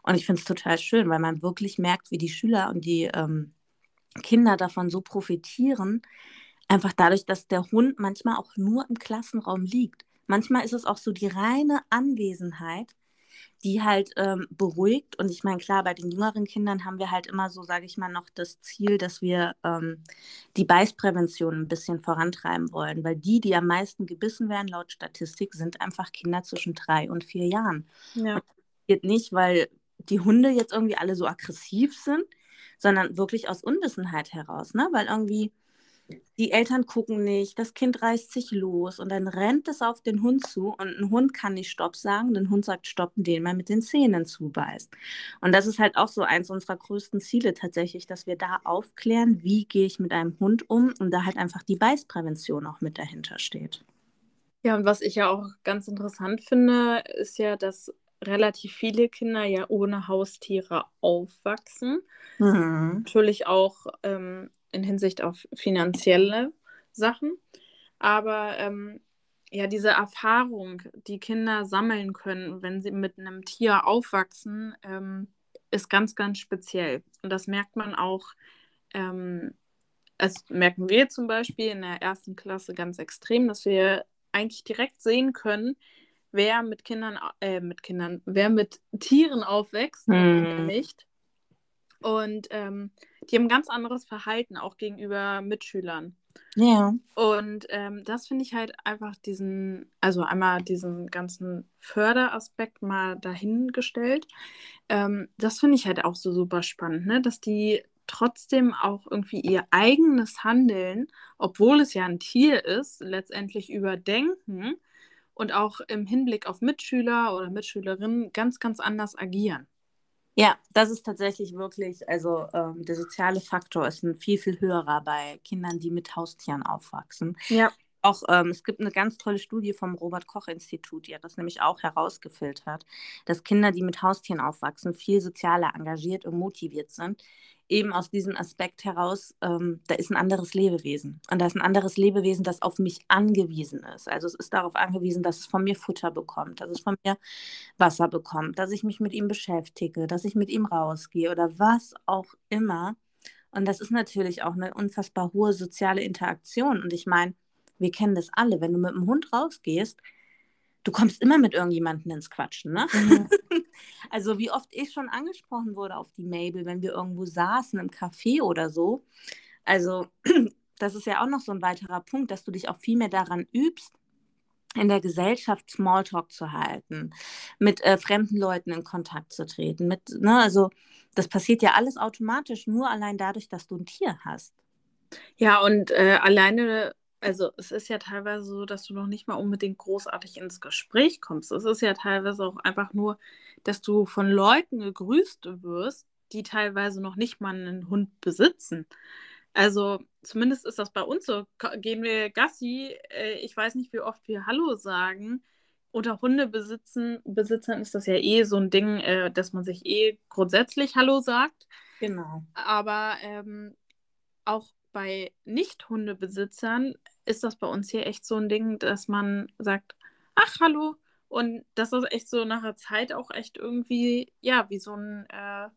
Und ich finde es total schön, weil man wirklich merkt, wie die Schüler und die Kinder davon so profitieren, einfach dadurch, dass der Hund manchmal auch nur im Klassenraum liegt. Manchmal ist es auch so die reine Anwesenheit, die halt beruhigt. Und ich meine, klar, bei den jüngeren Kindern haben wir halt immer so, sage ich mal, noch das Ziel, dass wir die Beißprävention ein bisschen vorantreiben wollen, weil die am meisten gebissen werden, laut Statistik, sind einfach Kinder zwischen 3 und 4 Jahren. Ja. Und das geht nicht, weil die Hunde jetzt irgendwie alle so aggressiv sind, sondern wirklich aus Unwissenheit heraus, ne? Weil irgendwie die Eltern gucken nicht, das Kind reißt sich los und dann rennt es auf den Hund zu und ein Hund kann nicht Stopp sagen, ein Hund sagt Stopp, indem man mit den Zähnen zubeißt. Und das ist halt auch so eins unserer größten Ziele tatsächlich, dass wir da aufklären, wie gehe ich mit einem Hund um und da halt einfach die Beißprävention auch mit dahinter steht. Ja, und was ich ja auch ganz interessant finde, ist ja, dass relativ viele Kinder ja ohne Haustiere aufwachsen. Mhm. Natürlich auch in Hinsicht auf finanzielle Sachen. Aber ja, diese Erfahrung, die Kinder sammeln können, wenn sie mit einem Tier aufwachsen, ist ganz, ganz speziell. Und das merkt man auch, ähm, das merken wir zum Beispiel in der ersten Klasse ganz extrem, dass wir eigentlich direkt sehen können, wer wer mit Tieren aufwächst und wer Mhm. nicht. Und die haben ein ganz anderes Verhalten auch gegenüber Mitschülern. Ja. Und das finde ich halt einfach also einmal diesen ganzen Förderaspekt mal dahingestellt. Das finde ich halt auch so super spannend, ne? Dass die trotzdem auch irgendwie ihr eigenes Handeln, obwohl es ja ein Tier ist, letztendlich überdenken und auch im Hinblick auf Mitschüler oder Mitschülerinnen ganz, ganz anders agieren. Ja, das ist tatsächlich wirklich, also der soziale Faktor ist ein viel, viel höherer bei Kindern, die mit Haustieren aufwachsen. Ja. Auch es gibt eine ganz tolle Studie vom Robert-Koch-Institut, die hat das nämlich auch herausgefiltert, dass Kinder, die mit Haustieren aufwachsen, viel sozialer engagiert und motiviert sind. Eben aus diesem Aspekt heraus, da ist ein anderes Lebewesen. Und da ist ein anderes Lebewesen, das auf mich angewiesen ist. Also es ist darauf angewiesen, dass es von mir Futter bekommt, dass es von mir Wasser bekommt, dass ich mich mit ihm beschäftige, dass ich mit ihm rausgehe oder was auch immer. Und das ist natürlich auch eine unfassbar hohe soziale Interaktion. Und ich meine, wir kennen das alle, wenn du mit dem Hund rausgehst, du kommst immer mit irgendjemandem ins Quatschen, ne? Mhm. Also wie oft ich schon angesprochen wurde auf die Mabel, wenn wir irgendwo saßen im Café oder so. Also das ist ja auch noch so ein weiterer Punkt, dass du dich auch viel mehr daran übst, in der Gesellschaft Smalltalk zu halten, mit fremden Leuten in Kontakt zu treten, ne, also das passiert ja alles automatisch, nur allein dadurch, dass du ein Tier hast. Ja, und alleine, also es ist ja teilweise so, dass du noch nicht mal unbedingt großartig ins Gespräch kommst. Es ist ja teilweise auch einfach nur, dass du von Leuten gegrüßt wirst, die teilweise noch nicht mal einen Hund besitzen. Also zumindest ist das bei uns so. Gehen wir Gassi, ich weiß nicht, wie oft wir Hallo sagen. Unter Besitzern ist das ja eh so ein Ding, dass man sich eh grundsätzlich Hallo sagt. Genau. Aber auch bei Nicht-Hundebesitzern ist das bei uns hier echt so ein Ding, dass man sagt, ach, hallo. Und dass das echt so nach der Zeit auch echt irgendwie, ja, wie so ein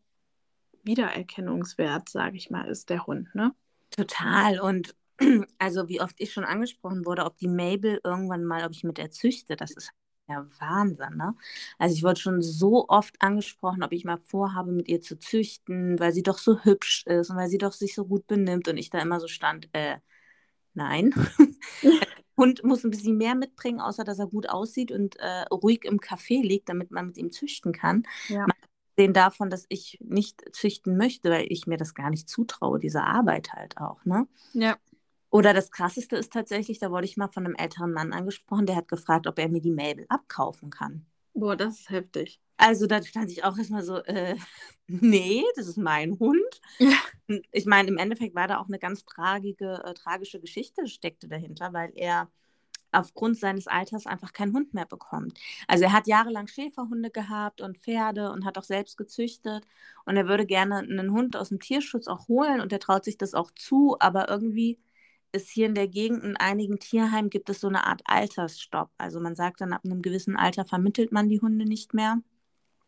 Wiedererkennungswert, sage ich mal, ist der Hund, ne? Total. Und also wie oft ich schon angesprochen wurde, ob die Mabel irgendwann mal, ob ich mit der züchte, das ist ja Wahnsinn, ne? Also ich wurde schon so oft angesprochen, ob ich mal vorhabe, mit ihr zu züchten, weil sie doch so hübsch ist und weil sie doch sich so gut benimmt und ich da immer so stand, nein. Hund muss ein bisschen mehr mitbringen, außer dass er gut aussieht und ruhig im Café liegt, damit man mit ihm züchten kann. Ja. Mal abgesehen davon, dass ich nicht züchten möchte, weil ich mir das gar nicht zutraue, diese Arbeit halt auch, ne? Ja. Oder das Krasseste ist tatsächlich, da wurde ich mal von einem älteren Mann angesprochen, der hat gefragt, ob er mir die Mabel abkaufen kann. Boah, das ist heftig. Also da stand ich auch erstmal so, nee, das ist mein Hund. Ja. Und ich meine, im Endeffekt war da auch eine ganz tragische Geschichte steckte dahinter, weil er aufgrund seines Alters einfach keinen Hund mehr bekommt. Also er hat jahrelang Schäferhunde gehabt und Pferde und hat auch selbst gezüchtet und er würde gerne einen Hund aus dem Tierschutz auch holen und er traut sich das auch zu, aber irgendwie ist hier in der Gegend in einigen Tierheimen gibt es so eine Art Altersstopp. Also man sagt dann, ab einem gewissen Alter vermittelt man die Hunde nicht mehr.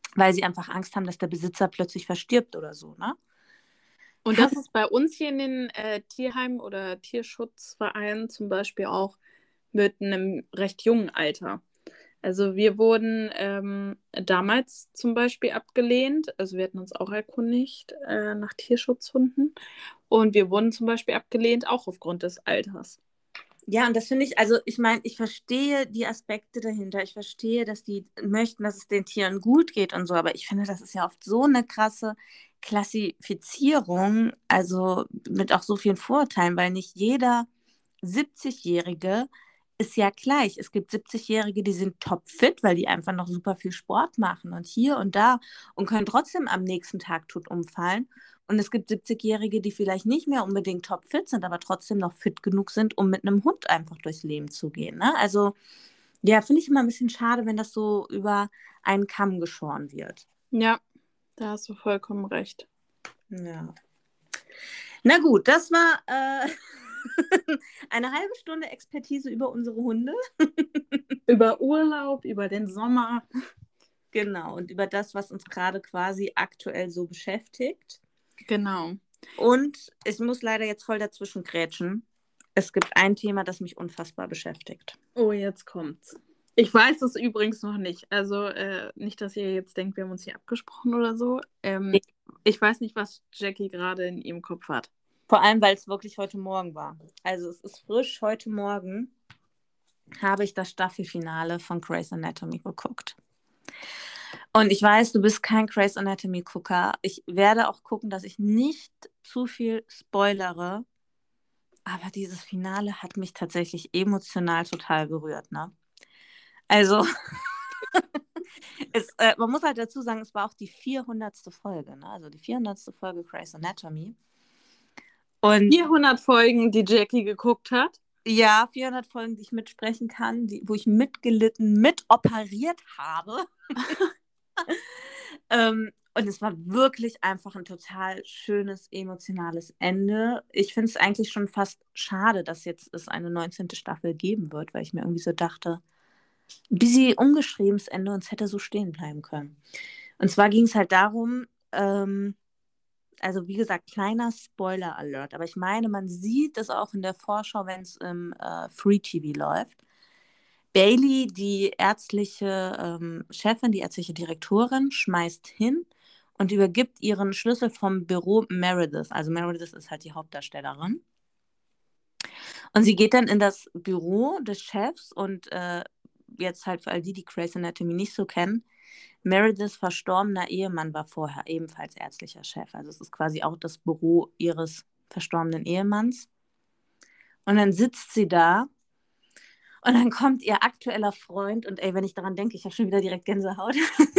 weil sie einfach Angst haben, dass der Besitzer plötzlich verstirbt oder so, ne? Und das ist bei uns hier in den Tierheimen oder Tierschutzvereinen zum Beispiel auch mit einem recht jungen Alter. Also wir wurden damals zum Beispiel abgelehnt, also wir hatten uns auch erkundigt nach Tierschutzhunden und wir wurden zum Beispiel abgelehnt, auch aufgrund des Alters. Ja, und das finde ich, also ich meine, ich verstehe die Aspekte dahinter. Ich verstehe, dass die möchten, dass es den Tieren gut geht und so, aber ich finde, das ist ja oft so eine krasse Klassifizierung, also mit auch so vielen Vorurteilen, weil nicht jeder 70-Jährige ist ja gleich. Es gibt 70-Jährige, die sind topfit, weil die einfach noch super viel Sport machen und hier und da und können trotzdem am nächsten Tag tot umfallen. Und es gibt 70-Jährige, die vielleicht nicht mehr unbedingt topfit sind, aber trotzdem noch fit genug sind, um mit einem Hund einfach durchs Leben zu gehen. Ne? Also, ja, finde ich immer ein bisschen schade, wenn das so über einen Kamm geschoren wird. Ja, da hast du vollkommen recht. Ja. Na gut, das war eine halbe Stunde Expertise über unsere Hunde. Über Urlaub, über den Sommer. Genau, und über das, was uns gerade quasi aktuell so beschäftigt. Genau. Und ich muss leider jetzt voll dazwischen grätschen. Es gibt ein Thema, das mich unfassbar beschäftigt. Oh, jetzt kommt's. Ich weiß es übrigens noch nicht. Also nicht, dass ihr jetzt denkt, wir haben uns hier abgesprochen oder so. Ich weiß nicht, was Jackie gerade in ihrem Kopf hat. Vor allem, weil es wirklich heute Morgen war. Also es ist frisch. Heute Morgen habe ich das Staffelfinale von Grey's Anatomy geguckt. Und ich weiß, du bist kein Grey's Anatomy-Gucker. Ich werde auch gucken, dass ich nicht zu viel spoilere. Aber dieses Finale hat mich tatsächlich emotional total berührt, ne? Also, man muss halt dazu sagen, es war auch die 400. Folge, ne? Also die 400. Folge Grey's Anatomy. Und 400 Folgen, die Jackie geguckt hat. ja, 400 Folgen, die ich mitsprechen kann, wo ich mitgelitten, mitoperiert habe. Und es war wirklich einfach ein total schönes, emotionales Ende. Ich finde es eigentlich schon fast schade, dass jetzt es eine 19. Staffel geben wird, weil ich mir irgendwie so dachte, ein bisschen ungeschriebenes Ende und es hätte so stehen bleiben können. Und zwar ging es halt darum, also wie gesagt, kleiner Spoiler-Alert, aber ich meine, man sieht es auch in der Vorschau, wenn es im Free-TV läuft. Bailey, die ärztliche Chefin, die ärztliche Direktorin, schmeißt hin und übergibt ihren Schlüssel vom Büro Meredith. Also Meredith ist halt die Hauptdarstellerin. Und sie geht dann in das Büro des Chefs und jetzt halt für all die, die Grey's Anatomy nicht so kennen, Merediths verstorbener Ehemann war vorher ebenfalls ärztlicher Chef. Also es ist quasi auch das Büro ihres verstorbenen Ehemanns. Und dann sitzt sie da und dann kommt ihr aktueller Freund und ey, wenn ich daran denke, ich habe schon wieder direkt Gänsehaut.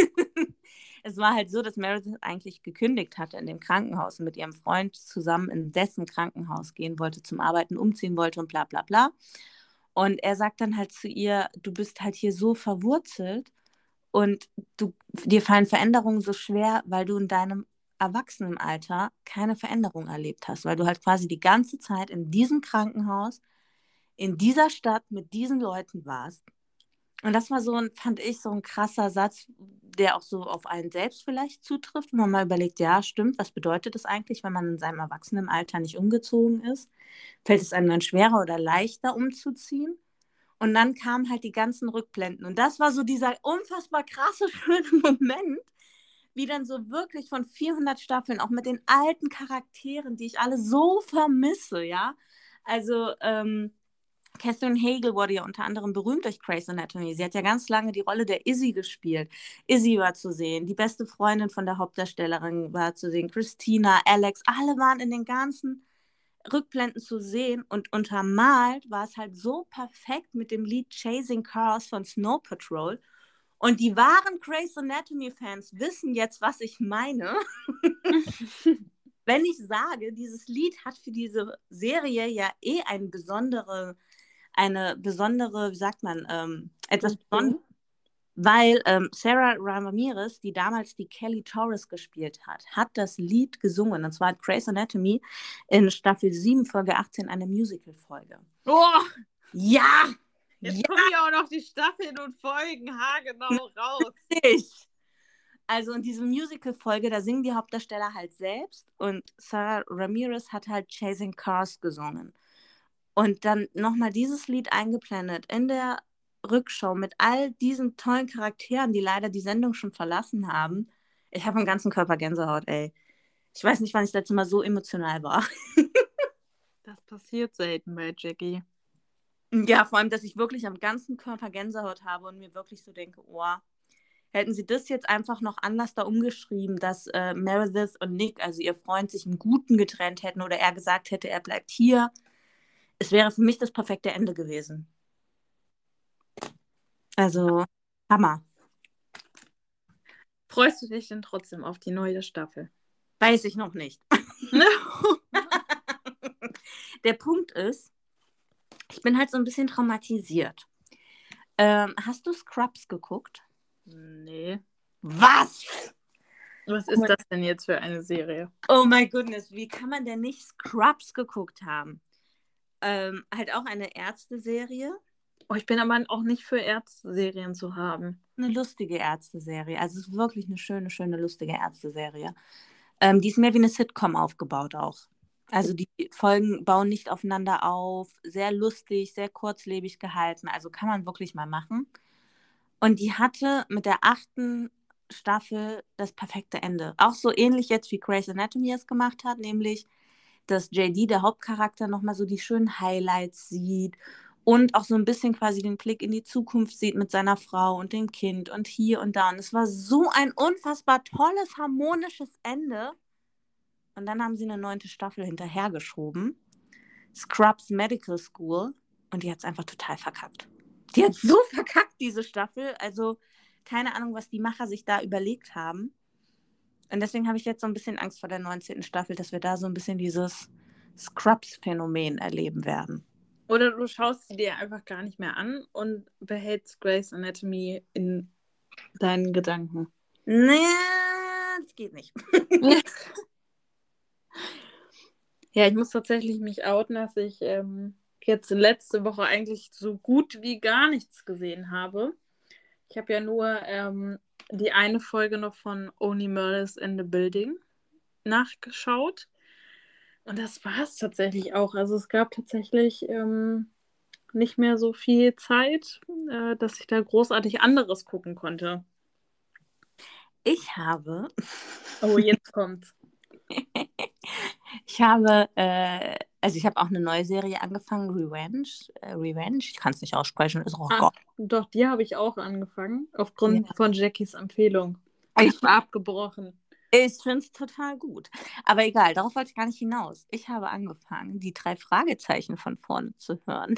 Es war halt so, dass Meredith eigentlich gekündigt hatte in dem Krankenhaus und mit ihrem Freund zusammen in dessen Krankenhaus gehen wollte, zum Arbeiten umziehen wollte und bla bla bla. Und er sagt dann halt zu ihr, du bist halt hier so verwurzelt und dir fallen Veränderungen so schwer, weil du in deinem Erwachsenenalter keine Veränderung erlebt hast, weil du halt quasi die ganze Zeit in diesem Krankenhaus, in dieser Stadt mit diesen Leuten warst. Und das war so fand ich, so ein krasser Satz, der auch so auf einen selbst vielleicht zutrifft, wo man mal überlegt, ja, stimmt, was bedeutet das eigentlich, wenn man in seinem Erwachsenenalter nicht umgezogen ist? Fällt es einem dann schwerer oder leichter umzuziehen? Und dann kamen halt die ganzen Rückblenden. Und das war so dieser unfassbar krasse, schöne Moment, wie dann so wirklich von 400 Staffeln, auch mit den alten Charakteren, die ich alle so vermisse, ja. Also, Catherine Hagel wurde ja unter anderem berühmt durch Grey's Anatomy. Sie hat ja ganz lange die Rolle der Izzy gespielt. Izzy war zu sehen, die beste Freundin von der Hauptdarstellerin war zu sehen, Christina, Alex, alle waren in den ganzen Rückblenden zu sehen und untermalt war es halt so perfekt mit dem Lied Chasing Cars von Snow Patrol. Und die wahren Grey's Anatomy-Fans wissen jetzt, was ich meine. Wenn ich sage, dieses Lied hat für diese Serie ja eh eine besondere, wie sagt man, etwas Besonderes, weil Sarah Ramirez, die damals die Kelly Torres gespielt hat, hat das Lied gesungen. Und zwar hat Grey's Anatomy in Staffel 7, Folge 18 eine Musical-Folge. Oh, Ja! jetzt kommen ja auch noch die Staffeln und Folgen haargenau raus. Richtig. Also in dieser Musical-Folge, da singen die Hauptdarsteller halt selbst und Sarah Ramirez hat halt Chasing Cars gesungen. Und dann nochmal dieses Lied eingeblendet in der Rückschau mit all diesen tollen Charakteren, die leider die Sendung schon verlassen haben. Ich habe am ganzen Körper Gänsehaut, ey. Ich weiß nicht, wann ich das letzte Mal so emotional war. Das passiert selten bei Jackie. Ja, vor allem, dass ich wirklich am ganzen Körper Gänsehaut habe und mir wirklich so denke, oh, hätten sie das jetzt einfach noch anders da umgeschrieben, dass Meredith und Nick, also ihr Freund, sich im Guten getrennt hätten oder er gesagt hätte, er bleibt hier. Es wäre für mich das perfekte Ende gewesen. Also, Hammer. Freust du dich denn trotzdem auf die neue Staffel? Weiß ich noch nicht. Der Punkt ist, ich bin halt so ein bisschen traumatisiert. Hast du Scrubs geguckt? Nee. Was? Was ist das denn jetzt für eine Serie? Oh my goodness, wie kann man denn nicht Scrubs geguckt haben? Halt auch eine Ärzte-Serie. Oh, ich bin aber auch nicht für Ärzte-Serien zu haben. Eine lustige Ärzte-Serie. Also es ist wirklich eine schöne, schöne, lustige Ärzte-Serie. Die ist mehr wie eine Sitcom aufgebaut auch. Also die Folgen bauen nicht aufeinander auf. Sehr lustig, sehr kurzlebig gehalten. Also kann man wirklich mal machen. Und die hatte mit der 8. Staffel das perfekte Ende. Auch so ähnlich jetzt wie Grey's Anatomy es gemacht hat, nämlich, dass JD, der Hauptcharakter, nochmal so die schönen Highlights sieht und auch so ein bisschen quasi den Blick in die Zukunft sieht mit seiner Frau und dem Kind und hier und da. Und es war so ein unfassbar tolles, harmonisches Ende. Und dann haben sie eine 9. Staffel hinterhergeschoben. Scrubs Medical School. Und die hat es einfach total verkackt. Die hat so verkackt, diese Staffel. Also keine Ahnung, was die Macher sich da überlegt haben. Und deswegen habe ich jetzt so ein bisschen Angst vor der 19. Staffel, dass wir da so ein bisschen dieses Scrubs-Phänomen erleben werden. Oder du schaust sie dir einfach gar nicht mehr an und behältst Grey's Anatomy in deinen Gedanken. Nee, das geht nicht. Ja, ich muss tatsächlich mich outen, dass ich jetzt letzte Woche eigentlich so gut wie gar nichts gesehen habe. Ich habe ja nur die eine Folge noch von Only Murders in the Building nachgeschaut. Und das war es tatsächlich auch. Also es gab tatsächlich nicht mehr so viel Zeit, dass ich da großartig anderes gucken konnte. Ich habe, Oh, jetzt kommt's. also ich habe auch eine neue Serie angefangen, Revenge. Revenge, ich kann es nicht aussprechen, ist auch Ah, Gott. doch, die habe ich auch angefangen, aufgrund Ja. von Jackies Empfehlung. Und Ich, habe abgebrochen. ich finde es total gut. Aber egal, darauf wollte ich gar nicht hinaus. Ich habe angefangen, die 3 Fragezeichen von vorne zu hören.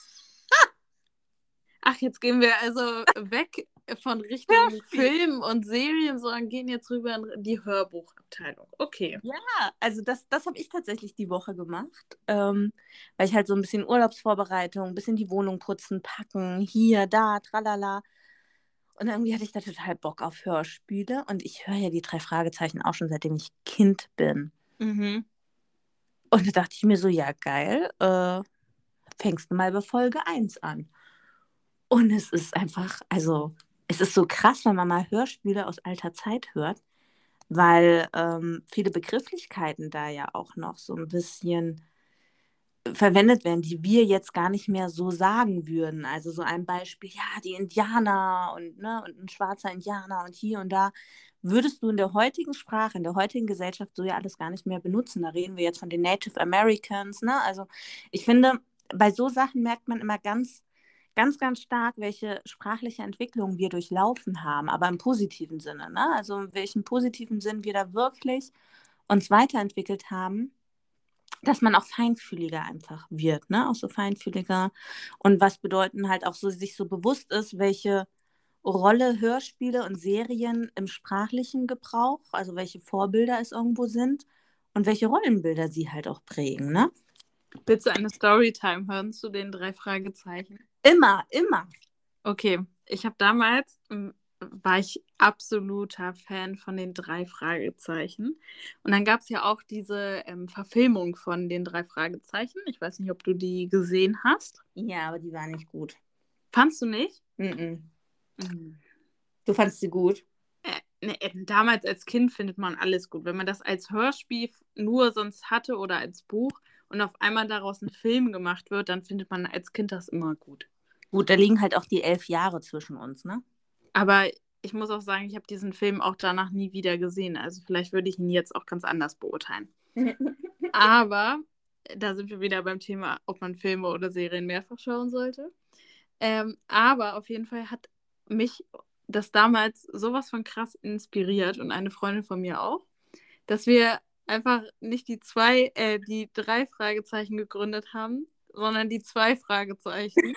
Ach, jetzt gehen wir also weg von Richtung Hörspiel. Film und Serien, sondern gehen jetzt rüber in die Hörbuchabteilung. Okay. Ja, also das habe ich tatsächlich die Woche gemacht, weil ich halt so ein bisschen Urlaubsvorbereitung, ein bisschen die Wohnung putzen, packen, hier, da, tralala. Und irgendwie hatte ich da total Bock auf Hörspiele und ich höre ja die 3 Fragezeichen auch schon seitdem ich Kind bin. Mhm. Und da dachte ich mir so, ja geil, fängst du mal bei Folge 1 an. Und es ist einfach, also es ist so krass, wenn man mal Hörspiele aus alter Zeit hört, weil viele Begrifflichkeiten da ja auch noch so ein bisschen verwendet werden, die wir jetzt gar nicht mehr so sagen würden. Also so ein Beispiel, ja, die Indianer und, ne, und ein schwarzer Indianer und hier und da, würdest du in der heutigen Sprache, in der heutigen Gesellschaft so ja alles gar nicht mehr benutzen. Da reden wir jetzt von den Native Americans, ne? Also ich finde, bei so Sachen merkt man immer ganz, ganz, ganz stark, welche sprachliche Entwicklung wir durchlaufen haben, aber im positiven Sinne, ne? Also in welchem positiven Sinn wir da wirklich uns weiterentwickelt haben, dass man auch feinfühliger einfach wird, ne? Auch so feinfühliger. Und was bedeuten halt auch so, sich so bewusst ist, welche Rolle Hörspiele und Serien im sprachlichen Gebrauch, also welche Vorbilder es irgendwo sind und welche Rollenbilder sie halt auch prägen, ne? Willst du eine Storytime hören zu den 3 Fragezeichen? Immer, immer. Okay, ich habe damals, war ich absoluter Fan von den 3 Fragezeichen. Und dann gab es ja auch diese Verfilmung von den 3 Fragezeichen. Ich weiß nicht, ob du die gesehen hast. Ja, aber die war nicht gut. Fandst du nicht? Mm-mm. Mhm. Du fandst sie gut? ne, damals als Kind findet man alles gut. Wenn man das als Hörspiel nur sonst hatte oder als Buch und auf einmal daraus ein Film gemacht wird, dann findet man als Kind das immer gut. Gut, da liegen halt auch die 11 Jahre zwischen uns, ne? Aber ich muss auch sagen, ich habe diesen Film auch danach nie wieder gesehen. Also vielleicht würde ich ihn jetzt auch ganz anders beurteilen. Aber da sind wir wieder beim Thema, ob man Filme oder Serien mehrfach schauen sollte. Aber auf jeden Fall hat mich das damals sowas von krass inspiriert und eine Freundin von mir auch, dass wir einfach nicht die 3 Fragezeichen gegründet haben, sondern die 2 Fragezeichen,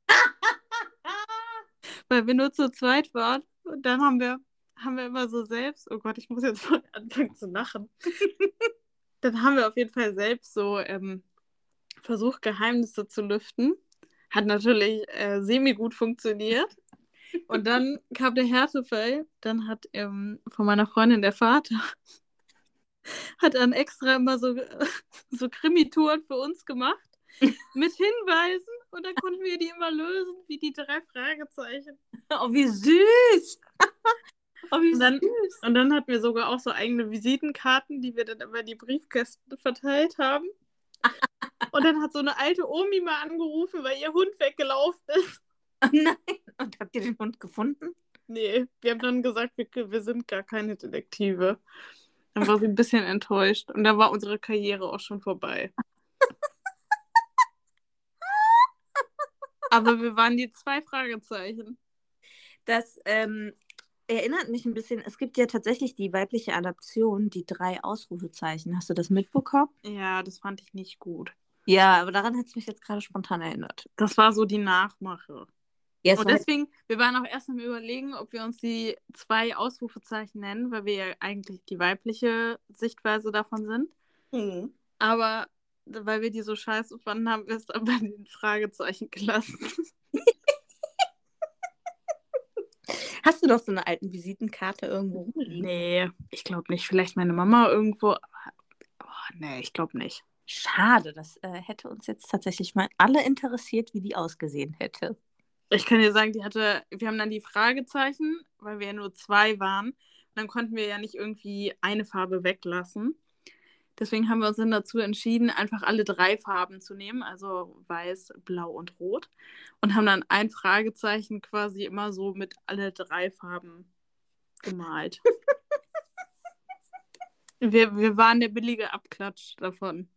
weil wir nur zu zweit waren. Und dann haben wir immer so selbst, oh Gott, ich muss jetzt mal anfangen zu lachen. Dann haben wir auf jeden Fall selbst so versucht, Geheimnisse zu lüften. Hat natürlich semi-gut funktioniert. Und dann kam der Härtefall. Dann hat von meiner Freundin der Vater hat dann extra immer so Krimitouren für uns gemacht mit Hinweisen. Und dann konnten wir die immer lösen, wie die 3 Fragezeichen. Oh, wie süß! Oh, wie Und süß! dann hatten wir sogar auch so eigene Visitenkarten, die wir dann über die Briefkästen verteilt haben. Und dann hat so eine alte Omi mal angerufen, weil ihr Hund weggelaufen ist. Oh nein! Und habt ihr den Hund gefunden? Nee, wir haben dann gesagt, wir sind gar keine Detektive. Dann war sie ein bisschen enttäuscht. Und dann war unsere Karriere auch schon vorbei. Aber wir waren die 2 Fragezeichen. Das erinnert mich ein bisschen, es gibt ja tatsächlich die weibliche Adaption, die 3 Ausrufezeichen. Hast du das mitbekommen? Ja, das fand ich nicht gut. Ja, aber daran hat es mich jetzt gerade spontan erinnert. Das war so die Nachmache. Ja, es Und war halt, deswegen, wir waren auch erst am Überlegen, ob wir uns die 2 Ausrufezeichen nennen, weil wir ja eigentlich die weibliche Sichtweise davon sind. Aber weil wir die so scheiße fanden, haben wir es dann bei den Fragezeichen gelassen. Hast du doch so eine alten Visitenkarte irgendwo rumliegen? Nee, ich glaube nicht. Vielleicht meine Mama irgendwo. Aber, oh, nee, ich glaube nicht. Schade, das hätte uns jetzt tatsächlich mal alle interessiert, wie die ausgesehen hätte. Ich kann dir sagen, wir haben dann die Fragezeichen, weil wir ja nur 2 waren. Und dann konnten wir ja nicht irgendwie eine Farbe weglassen. Deswegen haben wir uns dann dazu entschieden, einfach alle 3 Farben zu nehmen, also weiß, blau und rot. Und haben dann ein Fragezeichen quasi immer so mit alle 3 Farben gemalt. Wir waren der billige Abklatsch davon.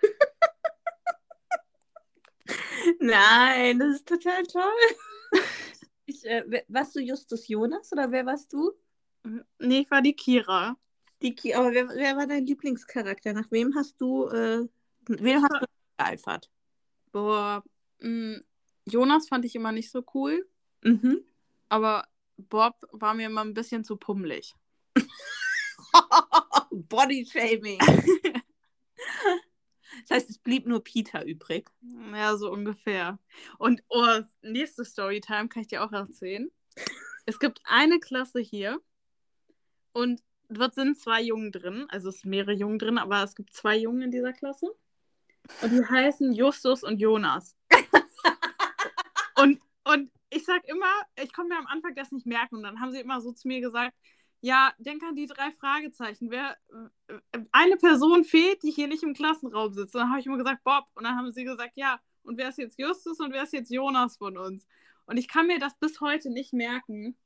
Nein, das ist total toll. Warst du Justus Jonas oder wer warst du? Nee, ich war die Kira. Aber wer war dein Lieblingscharakter? Nach wem hast du geeifert? Boah, Jonas fand ich immer nicht so cool, Mhm. aber Bob war mir immer ein bisschen zu pummelig. Bodyshaming. Das heißt, es blieb nur Peter übrig. Ja, so ungefähr. Und nächste Storytime kann ich dir auch erzählen. Es gibt eine Klasse hier und dort sind 2 Jungen drin. Also es sind mehrere Jungen drin, aber es gibt 2 Jungen in dieser Klasse. Und die heißen Justus und Jonas. Und ich sag immer, ich konnte mir am Anfang das nicht merken. Und dann haben sie immer so zu mir gesagt, ja, denk an die 3 Fragezeichen. Eine Person fehlt, die hier nicht im Klassenraum sitzt. Und dann habe ich immer gesagt, Bob. Und dann haben sie gesagt, ja, und wer ist jetzt Justus und wer ist jetzt Jonas von uns? Und ich kann mir das bis heute nicht merken.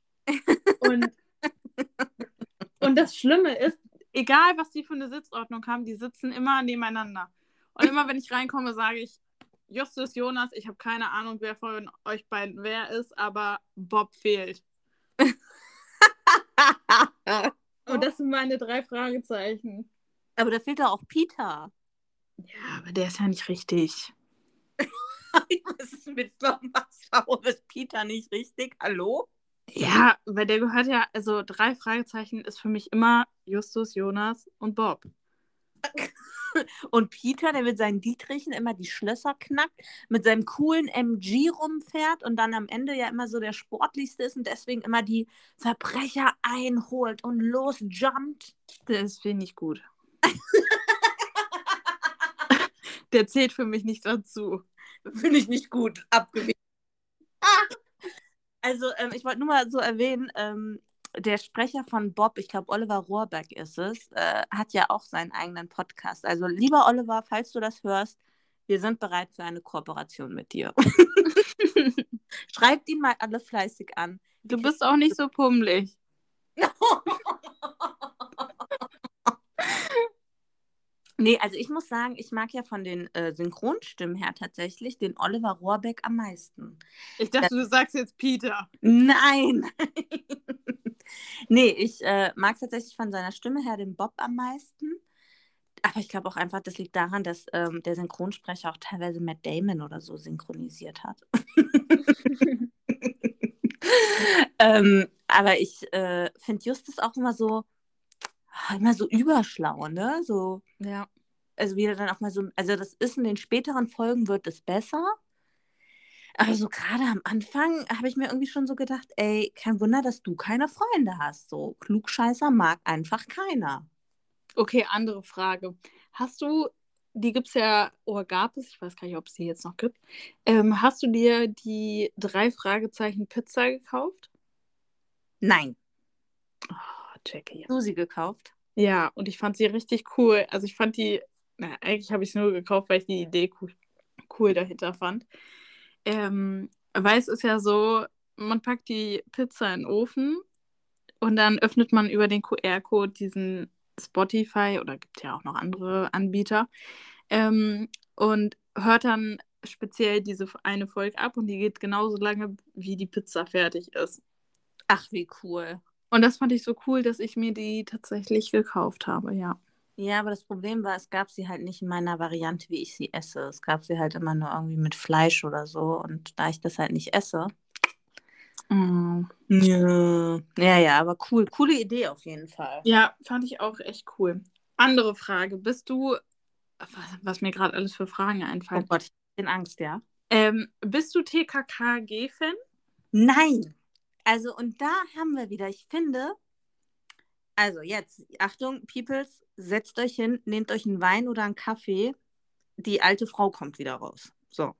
Und das Schlimme ist, egal was die für eine Sitzordnung haben, die sitzen immer nebeneinander. Und immer wenn ich reinkomme, sage ich, Justus, Jonas, ich habe keine Ahnung, wer von euch beiden wer ist, aber Bob fehlt. Und das sind meine 3 Fragezeichen. Aber da fehlt doch auch Peter. Ja, aber der ist ja nicht richtig. Was ist mit was? Warum ist Peter nicht richtig? Hallo? Ja, weil der gehört ja, also 3 Fragezeichen ist für mich immer Justus, Jonas und Bob. Und Peter, der mit seinen Dietrichen immer die Schlösser knackt, mit seinem coolen MG rumfährt und dann am Ende ja immer so der sportlichste ist und deswegen immer die Verbrecher einholt und losjumpt. Der ist wenig gut. Der zählt für mich nicht dazu. Finde ich nicht gut, abgewählt. Also, ich wollte nur mal so erwähnen, der Sprecher von Bob, ich glaube Oliver Rohrbeck ist es, hat ja auch seinen eigenen Podcast. Also lieber Oliver, falls du das hörst, wir sind bereit für eine Kooperation mit dir. Schreibt ihn mal alle fleißig an. Du bist auch nicht so pummelig. Nee, also ich muss sagen, ich mag ja von den Synchronstimmen her tatsächlich den Oliver Rohrbeck am meisten. Ich dachte, du sagst jetzt Peter. Nein! Nee, ich mag tatsächlich von seiner Stimme her den Bob am meisten. Aber ich glaube auch einfach, das liegt daran, dass der Synchronsprecher auch teilweise Matt Damon oder so synchronisiert hat. Aber ich finde Justus auch immer so überschlau, ne? So, Ja. also wie er dann auch mal so, also das ist in den späteren Folgen wird es besser. Aber so gerade am Anfang habe ich mir irgendwie schon so gedacht, ey, kein Wunder, dass du keine Freunde hast. So, Klugscheißer mag einfach keiner. Okay, andere Frage. Die gibt es ja, oder gab es, ich weiß gar nicht, ob es die jetzt noch gibt. Hast du dir die 3 Fragezeichen Pizza gekauft? Nein, Oh, Jackie. du sie gekauft. Ja, und ich fand sie richtig cool. Also ich fand eigentlich habe ich sie nur gekauft, weil ich die Idee cool dahinter fand. Weil es ist ja so, man packt die Pizza in den Ofen und dann öffnet man über den QR-Code diesen Spotify oder gibt ja auch noch andere Anbieter und hört dann speziell diese eine Folge ab und die geht genauso lange, wie die Pizza fertig ist. Ach, wie cool. Und das fand ich so cool, dass ich mir die tatsächlich gekauft habe, ja. Ja, aber das Problem war, es gab sie halt nicht in meiner Variante, wie ich sie esse. Es gab sie halt immer nur irgendwie mit Fleisch oder so. Und da ich das halt nicht esse. Mm. Ja, ja, ja, aber cool. Coole Idee auf jeden Fall. Ja, fand ich auch echt cool. Andere Frage, was mir gerade alles für Fragen Oh einfallen. Gott, ich bin Angst, ja. Bist du TKKG-Fan? Nein. Also, und da haben wir wieder, ich finde, also jetzt, Achtung, Peoples, setzt euch hin, nehmt euch einen Wein oder einen Kaffee. Die alte Frau kommt wieder raus. So.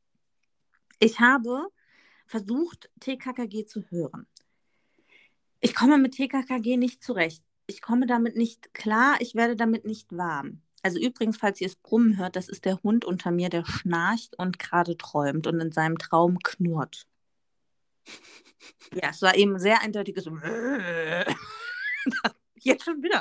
Ich habe versucht, TKKG zu hören. Ich komme mit TKKG nicht zurecht. Ich komme damit nicht klar, ich werde damit nicht warm. Also übrigens, falls ihr es brummen hört, das ist der Hund unter mir, der schnarcht und gerade träumt und in seinem Traum knurrt. Ja, es war eben sehr eindeutiges Jetzt schon wieder.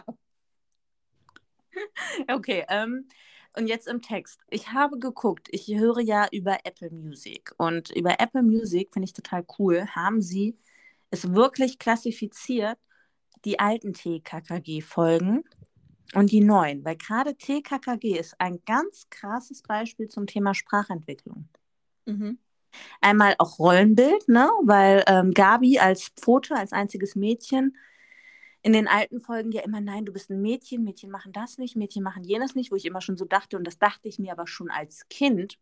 Okay, und jetzt im Text. Ich habe geguckt, ich höre ja über Apple Music und über Apple Music finde ich total cool, haben sie es wirklich klassifiziert, die alten TKKG-Folgen und die neuen, weil gerade TKKG ist ein ganz krasses Beispiel zum Thema Sprachentwicklung. Mhm. Einmal auch Rollenbild, ne? Weil Gabi als Pfote, als einziges Mädchen, in den alten Folgen ja immer, nein, du bist ein Mädchen, Mädchen machen das nicht, Mädchen machen jenes nicht, wo ich immer schon so dachte, und das dachte ich mir aber schon als Kind.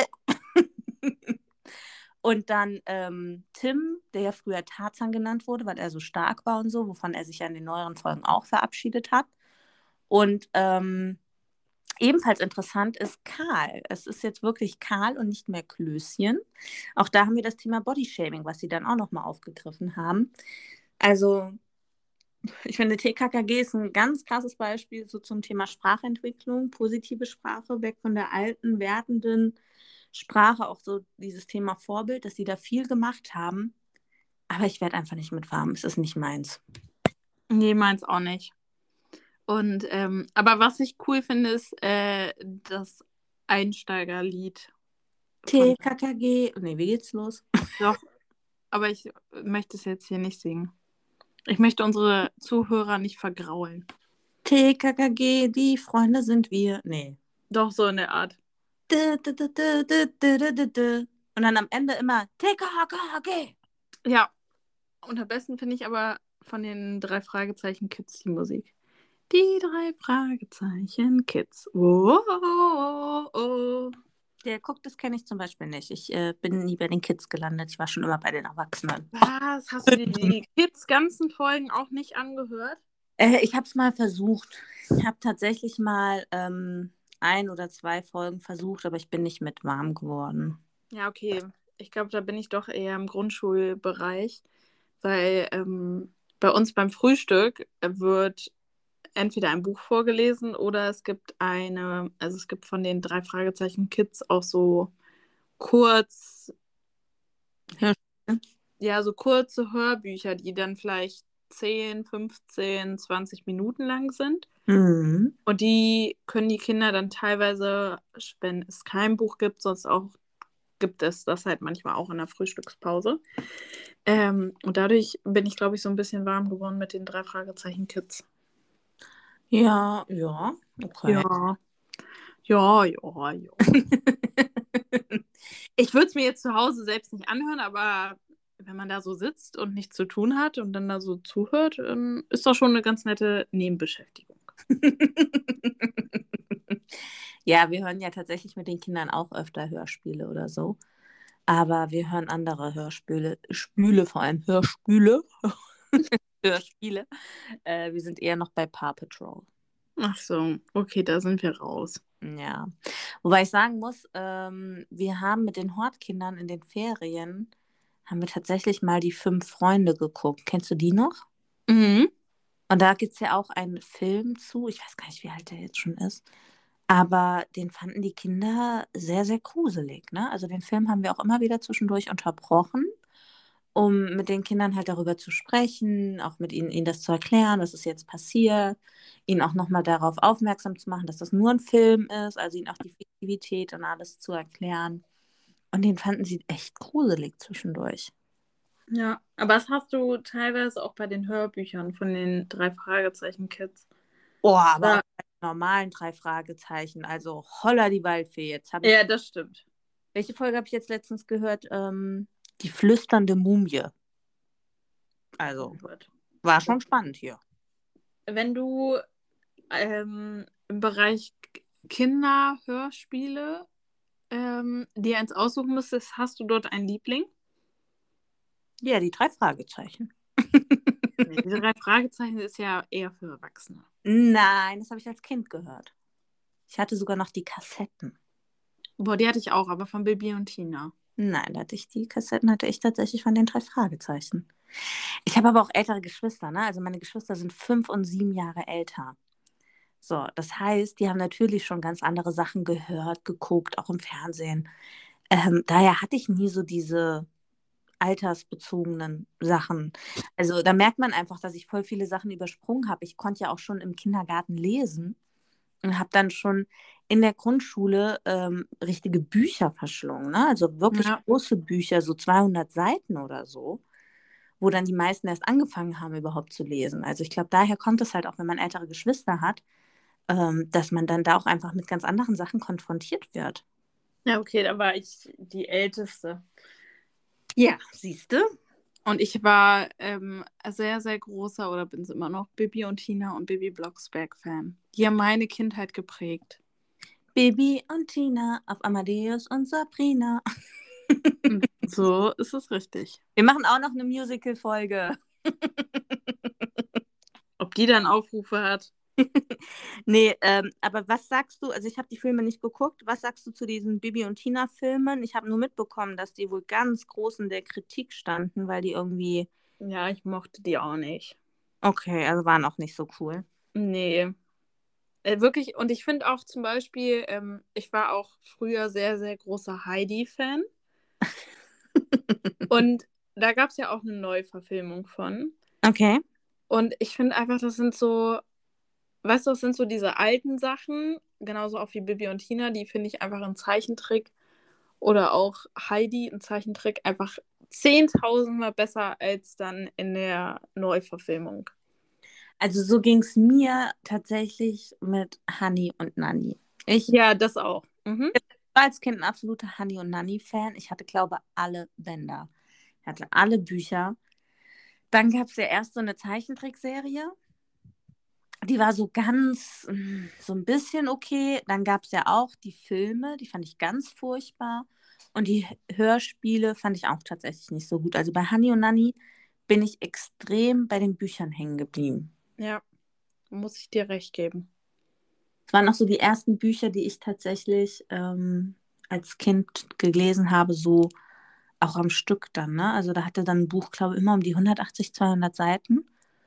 Und dann Tim, der ja früher Tarzan genannt wurde, weil er so stark war und so, wovon er sich ja in den neueren Folgen auch verabschiedet hat. Und ebenfalls interessant ist Karl. Es ist jetzt wirklich Karl und nicht mehr Klößchen. Auch da haben wir das Thema Bodyshaming, was sie dann auch nochmal aufgegriffen haben. Also ich finde, TKKG ist ein ganz krasses Beispiel so zum Thema Sprachentwicklung, positive Sprache, weg von der alten, wertenden Sprache, auch so dieses Thema Vorbild, dass sie da viel gemacht haben. Aber ich werde einfach nicht mit warm. Es ist nicht meins. Nee, meins auch nicht. Und, aber was ich cool finde, ist das Einsteigerlied von. TKKG. Nee, wie geht's los? Doch, aber ich möchte es jetzt hier nicht singen. Ich möchte unsere Zuhörer nicht vergraulen. TKKG, die Freunde sind wir. Nee. Doch, so in der Art. Und dann am Ende immer TKKG. Ja, und am besten finde ich aber von den 3 Fragezeichen Kids die Musik. Die 3 Fragezeichen Kids. Oh, oh, oh, oh. Der guckt, das kenne ich zum Beispiel nicht. Ich bin nie bei den Kids gelandet. Ich war schon immer bei den Erwachsenen. Was? Hast du dir die Kids ganzen Folgen auch nicht angehört? Ich habe es mal versucht. Ich habe tatsächlich mal 1 oder 2 Folgen versucht, aber ich bin nicht mit warm geworden. Ja, okay. Ich glaube, da bin ich doch eher im Grundschulbereich, weil bei uns beim Frühstück wird entweder ein Buch vorgelesen oder also es gibt von den drei Fragezeichen Kids auch so kurz, Ja. ja, so kurze Hörbücher, die dann vielleicht 10, 15, 20 Minuten lang sind. Mhm. Und die können die Kinder dann teilweise, wenn es kein Buch gibt, sonst auch gibt es das halt manchmal auch in der Frühstückspause. Und dadurch bin ich, glaube ich, so ein bisschen warm geworden mit den drei Fragezeichen Kids. Ja, ja, okay. Ja, ja. Ich würde es mir jetzt zu Hause selbst nicht anhören, aber wenn man da so sitzt und nichts zu tun hat und dann da so zuhört, ist doch schon eine ganz nette Nebenbeschäftigung. Ja, wir hören ja tatsächlich mit den Kindern auch öfter Hörspiele oder so. Aber wir hören andere Hörspiele, vor allem Hörspiele. Hörspiele. Wir sind eher noch bei Paw Patrol. Ach so, okay, da sind wir raus. Ja. Wobei ich sagen muss, wir haben mit den Hortkindern in den Ferien, haben wir tatsächlich mal die Fünf Freunde geguckt. Kennst du die noch? Mhm. Und da gibt es ja auch einen Film zu. Ich weiß gar nicht, wie alt der jetzt schon ist. Aber den fanden die Kinder sehr, sehr gruselig, ne? Also den Film haben wir auch immer wieder zwischendurch unterbrochen, um mit den Kindern halt darüber zu sprechen, auch mit ihnen das zu erklären, was ist jetzt passiert, ihnen auch nochmal darauf aufmerksam zu machen, dass das nur ein Film ist, also ihnen auch die Fiktivität und alles zu erklären. Und den fanden sie echt gruselig zwischendurch. Ja, aber das hast du teilweise auch bei den Hörbüchern von den drei Fragezeichen Kids. Oh, aber auch Da, bei den normalen drei Fragezeichen, also Holla die Waldfee. Jetzt habe ich, ja, das stimmt. welche Folge habe ich jetzt letztens gehört? Die flüsternde Mumie. Oh Also, Gott. war schon spannend hier. Wenn du im Bereich Kinderhörspiele dir eins aussuchen müsstest, hast du dort einen Liebling? Ja, die drei Fragezeichen. Nee, diese drei Fragezeichen ist ja eher für Erwachsene. Nein, das habe ich als Kind gehört. Ich hatte sogar noch die Kassetten. Boah, die hatte ich auch, aber von Bibi und Tina. Nein, da hatte ich die Kassetten hatte ich tatsächlich von den drei Fragezeichen. Ich habe aber auch ältere Geschwister, ne? Also meine Geschwister sind 5 und 7 Jahre älter. So, das heißt, die haben natürlich schon ganz andere Sachen gehört, geguckt, auch im Fernsehen. Daher hatte ich nie so diese altersbezogenen Sachen. Also da merkt man einfach, dass ich voll viele Sachen übersprungen habe. Ich konnte ja auch schon im Kindergarten lesen und habe dann schon in der Grundschule richtige Bücher verschlungen, ne? Also wirklich Ja. große Bücher, so 200 Seiten oder so, wo dann die meisten erst angefangen haben, überhaupt zu lesen. Also ich glaube, daher kommt es halt auch, wenn man ältere Geschwister hat, dass man dann da auch einfach mit ganz anderen Sachen konfrontiert wird. Ja, okay, da war ich die Älteste. Ja, siehst du? Und ich war sehr, sehr großer oder bin es immer noch Bibi und Tina und Bibi Blocksberg-Fan. Die haben meine Kindheit geprägt. Bibi und Tina auf Amadeus und Sabrina. So ist es richtig. Wir machen auch noch eine Musical-Folge. Ob die dann Aufrufe hat? Nee, aber was sagst du? Also ich habe die Filme nicht geguckt. Was sagst du zu diesen Bibi und Tina-Filmen? Ich habe nur mitbekommen, dass die wohl ganz groß in der Kritik standen, weil die irgendwie, Ja, ich mochte die auch nicht. okay, also waren auch nicht so cool. Nee. Wirklich, und ich finde auch zum Beispiel, ich war auch früher sehr, sehr großer Heidi-Fan. Und da gab es ja auch eine Neuverfilmung von. Okay. Und ich finde einfach, das sind so, weißt du, das sind so diese alten Sachen, genauso auch wie Bibi und Tina, die finde ich einfach in Zeichentrick oder auch Heidi in Zeichentrick einfach 10.000-mal besser als dann in der Neuverfilmung. Also so ging es mir tatsächlich mit Honey und Nanny. Ich Ja, das auch. Mhm. war als Kind ein absoluter Honey und Nanny-Fan. Ich hatte, glaube ich, alle Bänder. Ich hatte alle Bücher. Dann gab es ja erst so eine Zeichentrickserie. Die war so ganz, so ein bisschen okay. Dann gab es ja auch die Filme, die fand ich ganz furchtbar. Und die Hörspiele fand ich auch tatsächlich nicht so gut. Also bei Honey und Nanny bin ich extrem bei den Büchern hängen geblieben. Ja, muss ich dir recht geben. Es waren auch so die ersten Bücher, die ich tatsächlich als Kind gelesen habe, so auch am Stück dann, ne? Also da hatte dann ein Buch, glaube ich, immer um die 180, 200 Seiten.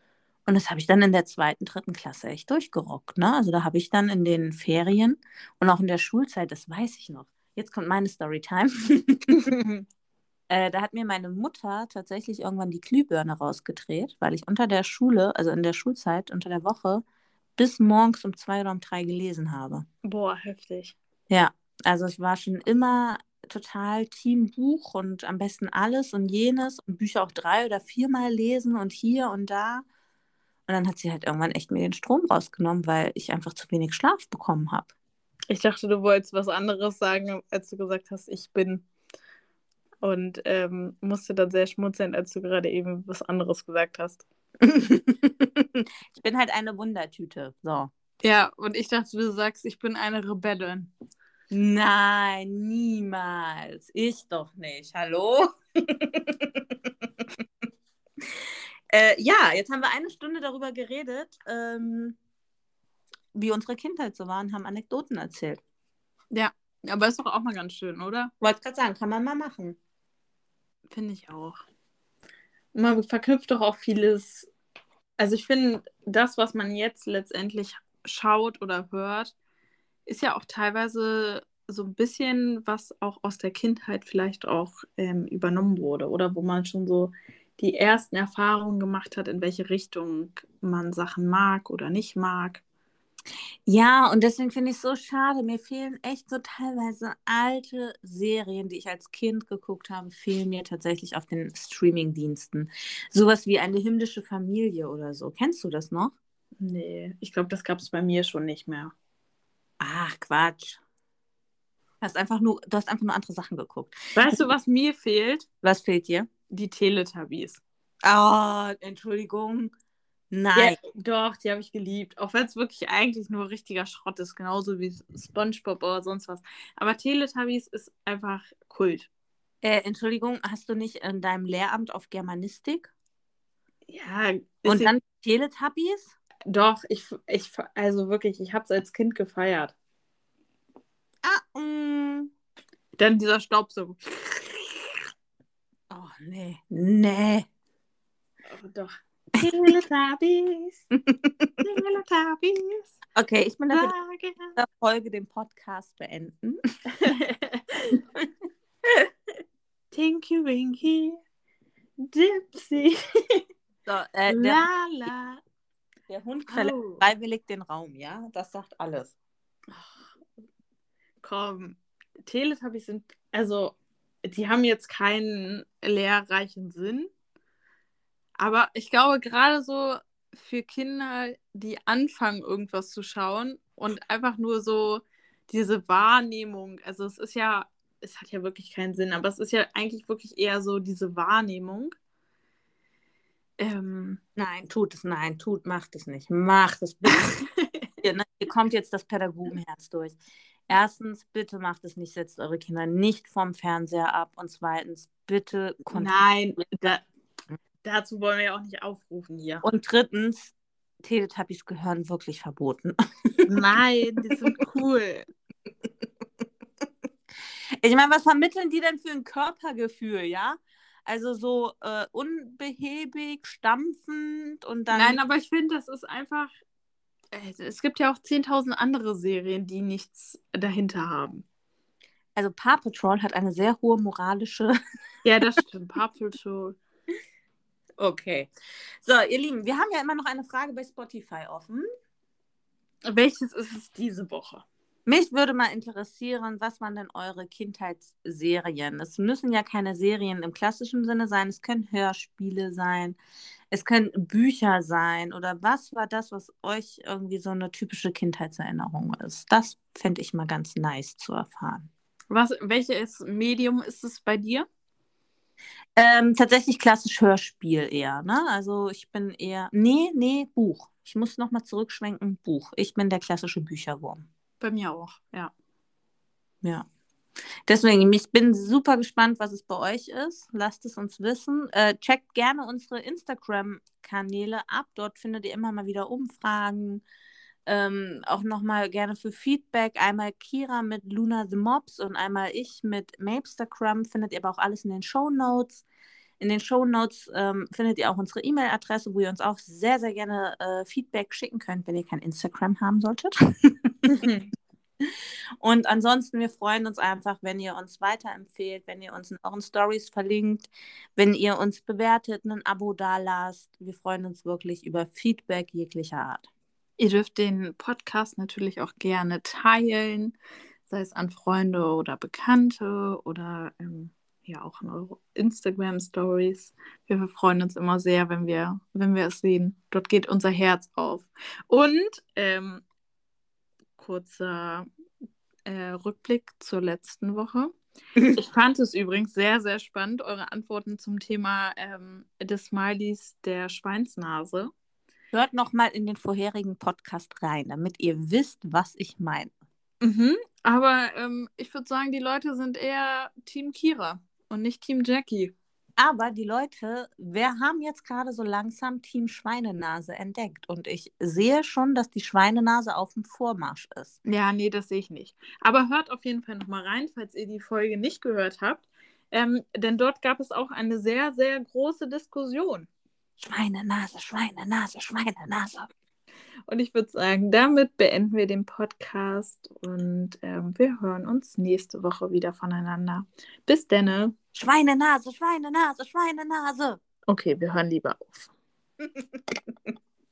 Und das habe ich dann in der zweiten, dritten Klasse echt durchgerockt, ne? Also da habe ich dann in den Ferien und auch in der Schulzeit, das weiß ich noch. Jetzt kommt meine Storytime. Da hat mir meine Mutter tatsächlich irgendwann die Glühbirne rausgedreht, weil ich unter der Schule, also in der Schulzeit, unter der Woche, bis morgens um 2 oder um 3 gelesen habe. Boah, heftig. Ja, also ich war schon immer total Team Buch und am besten alles und jenes und Bücher auch 3 oder 4-mal lesen und hier und da. Und dann hat sie halt irgendwann echt mir den Strom rausgenommen, weil ich einfach zu wenig Schlaf bekommen habe. Ich dachte, du wolltest was anderes sagen, als du gesagt hast, ich bin. Und musste dann sehr schmunzeln, als du gerade eben was anderes gesagt hast. Ich bin halt eine Wundertüte. So. Ja, und ich dachte, du sagst, ich bin eine Rebellin. Nein, niemals. Ich doch nicht. Hallo? Ja, jetzt haben wir eine Stunde darüber geredet, wie unsere Kindheit so war und haben Anekdoten erzählt. Ja, aber ist doch auch mal ganz schön, oder? Wollte gerade sagen, kann man mal machen. Finde ich auch. Man verknüpft doch auch vieles. Also ich finde, das, was man jetzt letztendlich schaut oder hört, ist ja auch teilweise so ein bisschen, was auch aus der Kindheit vielleicht auch übernommen wurde oder wo man schon so die ersten Erfahrungen gemacht hat, in welche Richtung man Sachen mag oder nicht mag. Ja, und deswegen finde ich es so schade. Mir fehlen echt so teilweise alte Serien, die ich als Kind geguckt habe, fehlen mir tatsächlich auf den Streaming-Diensten. Sowas wie eine himmlische Familie oder so. Kennst du das noch? Nee, ich glaube, das gab es bei mir schon nicht mehr. Ach, Quatsch. Du hast einfach nur andere Sachen geguckt. Weißt du, was mir fehlt? Was fehlt dir? Die Teletubbies. Oh, Entschuldigung. Ja, Nein. doch, die habe ich geliebt. Auch wenn es wirklich eigentlich nur richtiger Schrott ist, genauso wie SpongeBob oder sonst was. Aber Teletubbies ist einfach Kult. Entschuldigung, hast du nicht in deinem Lehramt auf Germanistik? Ja, ist Und jetzt dann Teletubbies? doch, also wirklich, ich habe es als Kind gefeiert. Ah, mm. Dann dieser Staubsauger. Oh, nee. Nee. Oh, doch. Teletubbies, Teletubbies. Okay, ich bin dafür, dass Sage. wir in dieser Folge den Podcast beenden. Tinky Winky, Dipsy, So, la la. der Hund verlässt Oh. freiwillig den Raum, ja? Das sagt alles. Komm, Teletubbies sind, also, die haben jetzt keinen lehrreichen Sinn, aber ich glaube, gerade so für Kinder, die anfangen, irgendwas zu schauen und einfach nur so diese Wahrnehmung, also es hat ja wirklich keinen Sinn, aber es ist ja eigentlich wirklich eher so diese Wahrnehmung. Macht es nicht. Macht es bitte. Hier kommt jetzt das Pädagogenherz durch. Erstens, bitte macht es nicht, setzt eure Kinder nicht vom Fernseher ab. Und zweitens, bitte Nein, dazu wollen wir ja auch nicht aufrufen hier. Und drittens, Teletubbies gehören wirklich verboten. Nein, die sind cool. Ich meine, was vermitteln die denn für ein Körpergefühl, ja? Also so unbehäbig, stampfend und dann. Nein, aber ich finde, das ist einfach. Es gibt ja auch 10.000 andere Serien, die nichts dahinter haben. Also Paw Patrol hat eine sehr hohe moralische. Ja, das stimmt. Paw Patrol. Okay. So, ihr Lieben, wir haben ja immer noch eine Frage bei Spotify offen. Welches ist es diese Woche? Mich würde mal interessieren, was waren denn eure Kindheitsserien? Es müssen ja keine Serien im klassischen Sinne sein, es können Hörspiele sein, es können Bücher sein oder was war das, was euch irgendwie so eine typische Kindheitserinnerung ist? Das fände ich mal ganz nice zu erfahren. Welches Medium ist es bei dir? Tatsächlich klassisch Hörspiel eher, ne? Also ich bin eher, nee, Buch. Ich muss nochmal zurückschwenken, Buch. Ich bin der klassische Bücherwurm. Bei mir auch, ja. Ja. Deswegen, ich bin super gespannt, was es bei euch ist. Lasst es uns wissen. Checkt gerne unsere Instagram-Kanäle ab. Dort findet ihr immer mal wieder Umfragen. Auch nochmal gerne für Feedback. Einmal Kira mit Luna the Mops und einmal ich mit Mapstagram. Findet ihr aber auch alles in den Shownotes. In den Shownotes findet ihr auch unsere E-Mail-Adresse, wo ihr uns auch sehr, sehr gerne Feedback schicken könnt, wenn ihr kein Instagram haben solltet. Und ansonsten, wir freuen uns einfach, wenn ihr uns weiterempfehlt, wenn ihr uns in euren Stories verlinkt, wenn ihr uns bewertet, ein Abo dalasst. Wir freuen uns wirklich über Feedback jeglicher Art. Ihr dürft den Podcast natürlich auch gerne teilen, sei es an Freunde oder Bekannte oder ja auch in eure Instagram-Stories. Wir freuen uns immer sehr, wenn wir es sehen. Dort geht unser Herz auf. Und kurzer Rückblick zur letzten Woche. Ich fand es übrigens sehr, sehr spannend, eure Antworten zum Thema des Smileys der Schweinsnase. Hört nochmal in den vorherigen Podcast rein, damit ihr wisst, was ich meine. Aber ich würde sagen, die Leute sind eher Team Kira und nicht Team Jackie. Aber die Leute, wir haben jetzt gerade so langsam Team Schweinenase entdeckt. Und ich sehe schon, dass die Schweinenase auf dem Vormarsch ist. Ja, nee, das sehe ich nicht. Aber hört auf jeden Fall nochmal rein, falls ihr die Folge nicht gehört habt. Denn dort gab es auch eine sehr, sehr große Diskussion. Schweinenase, Schweinenase, Schweinenase. Und ich würde sagen, damit beenden wir den Podcast und wir hören uns nächste Woche wieder voneinander. Bis denne. Schweinenase, Schweinenase, Schweinenase. Okay, wir hören lieber auf.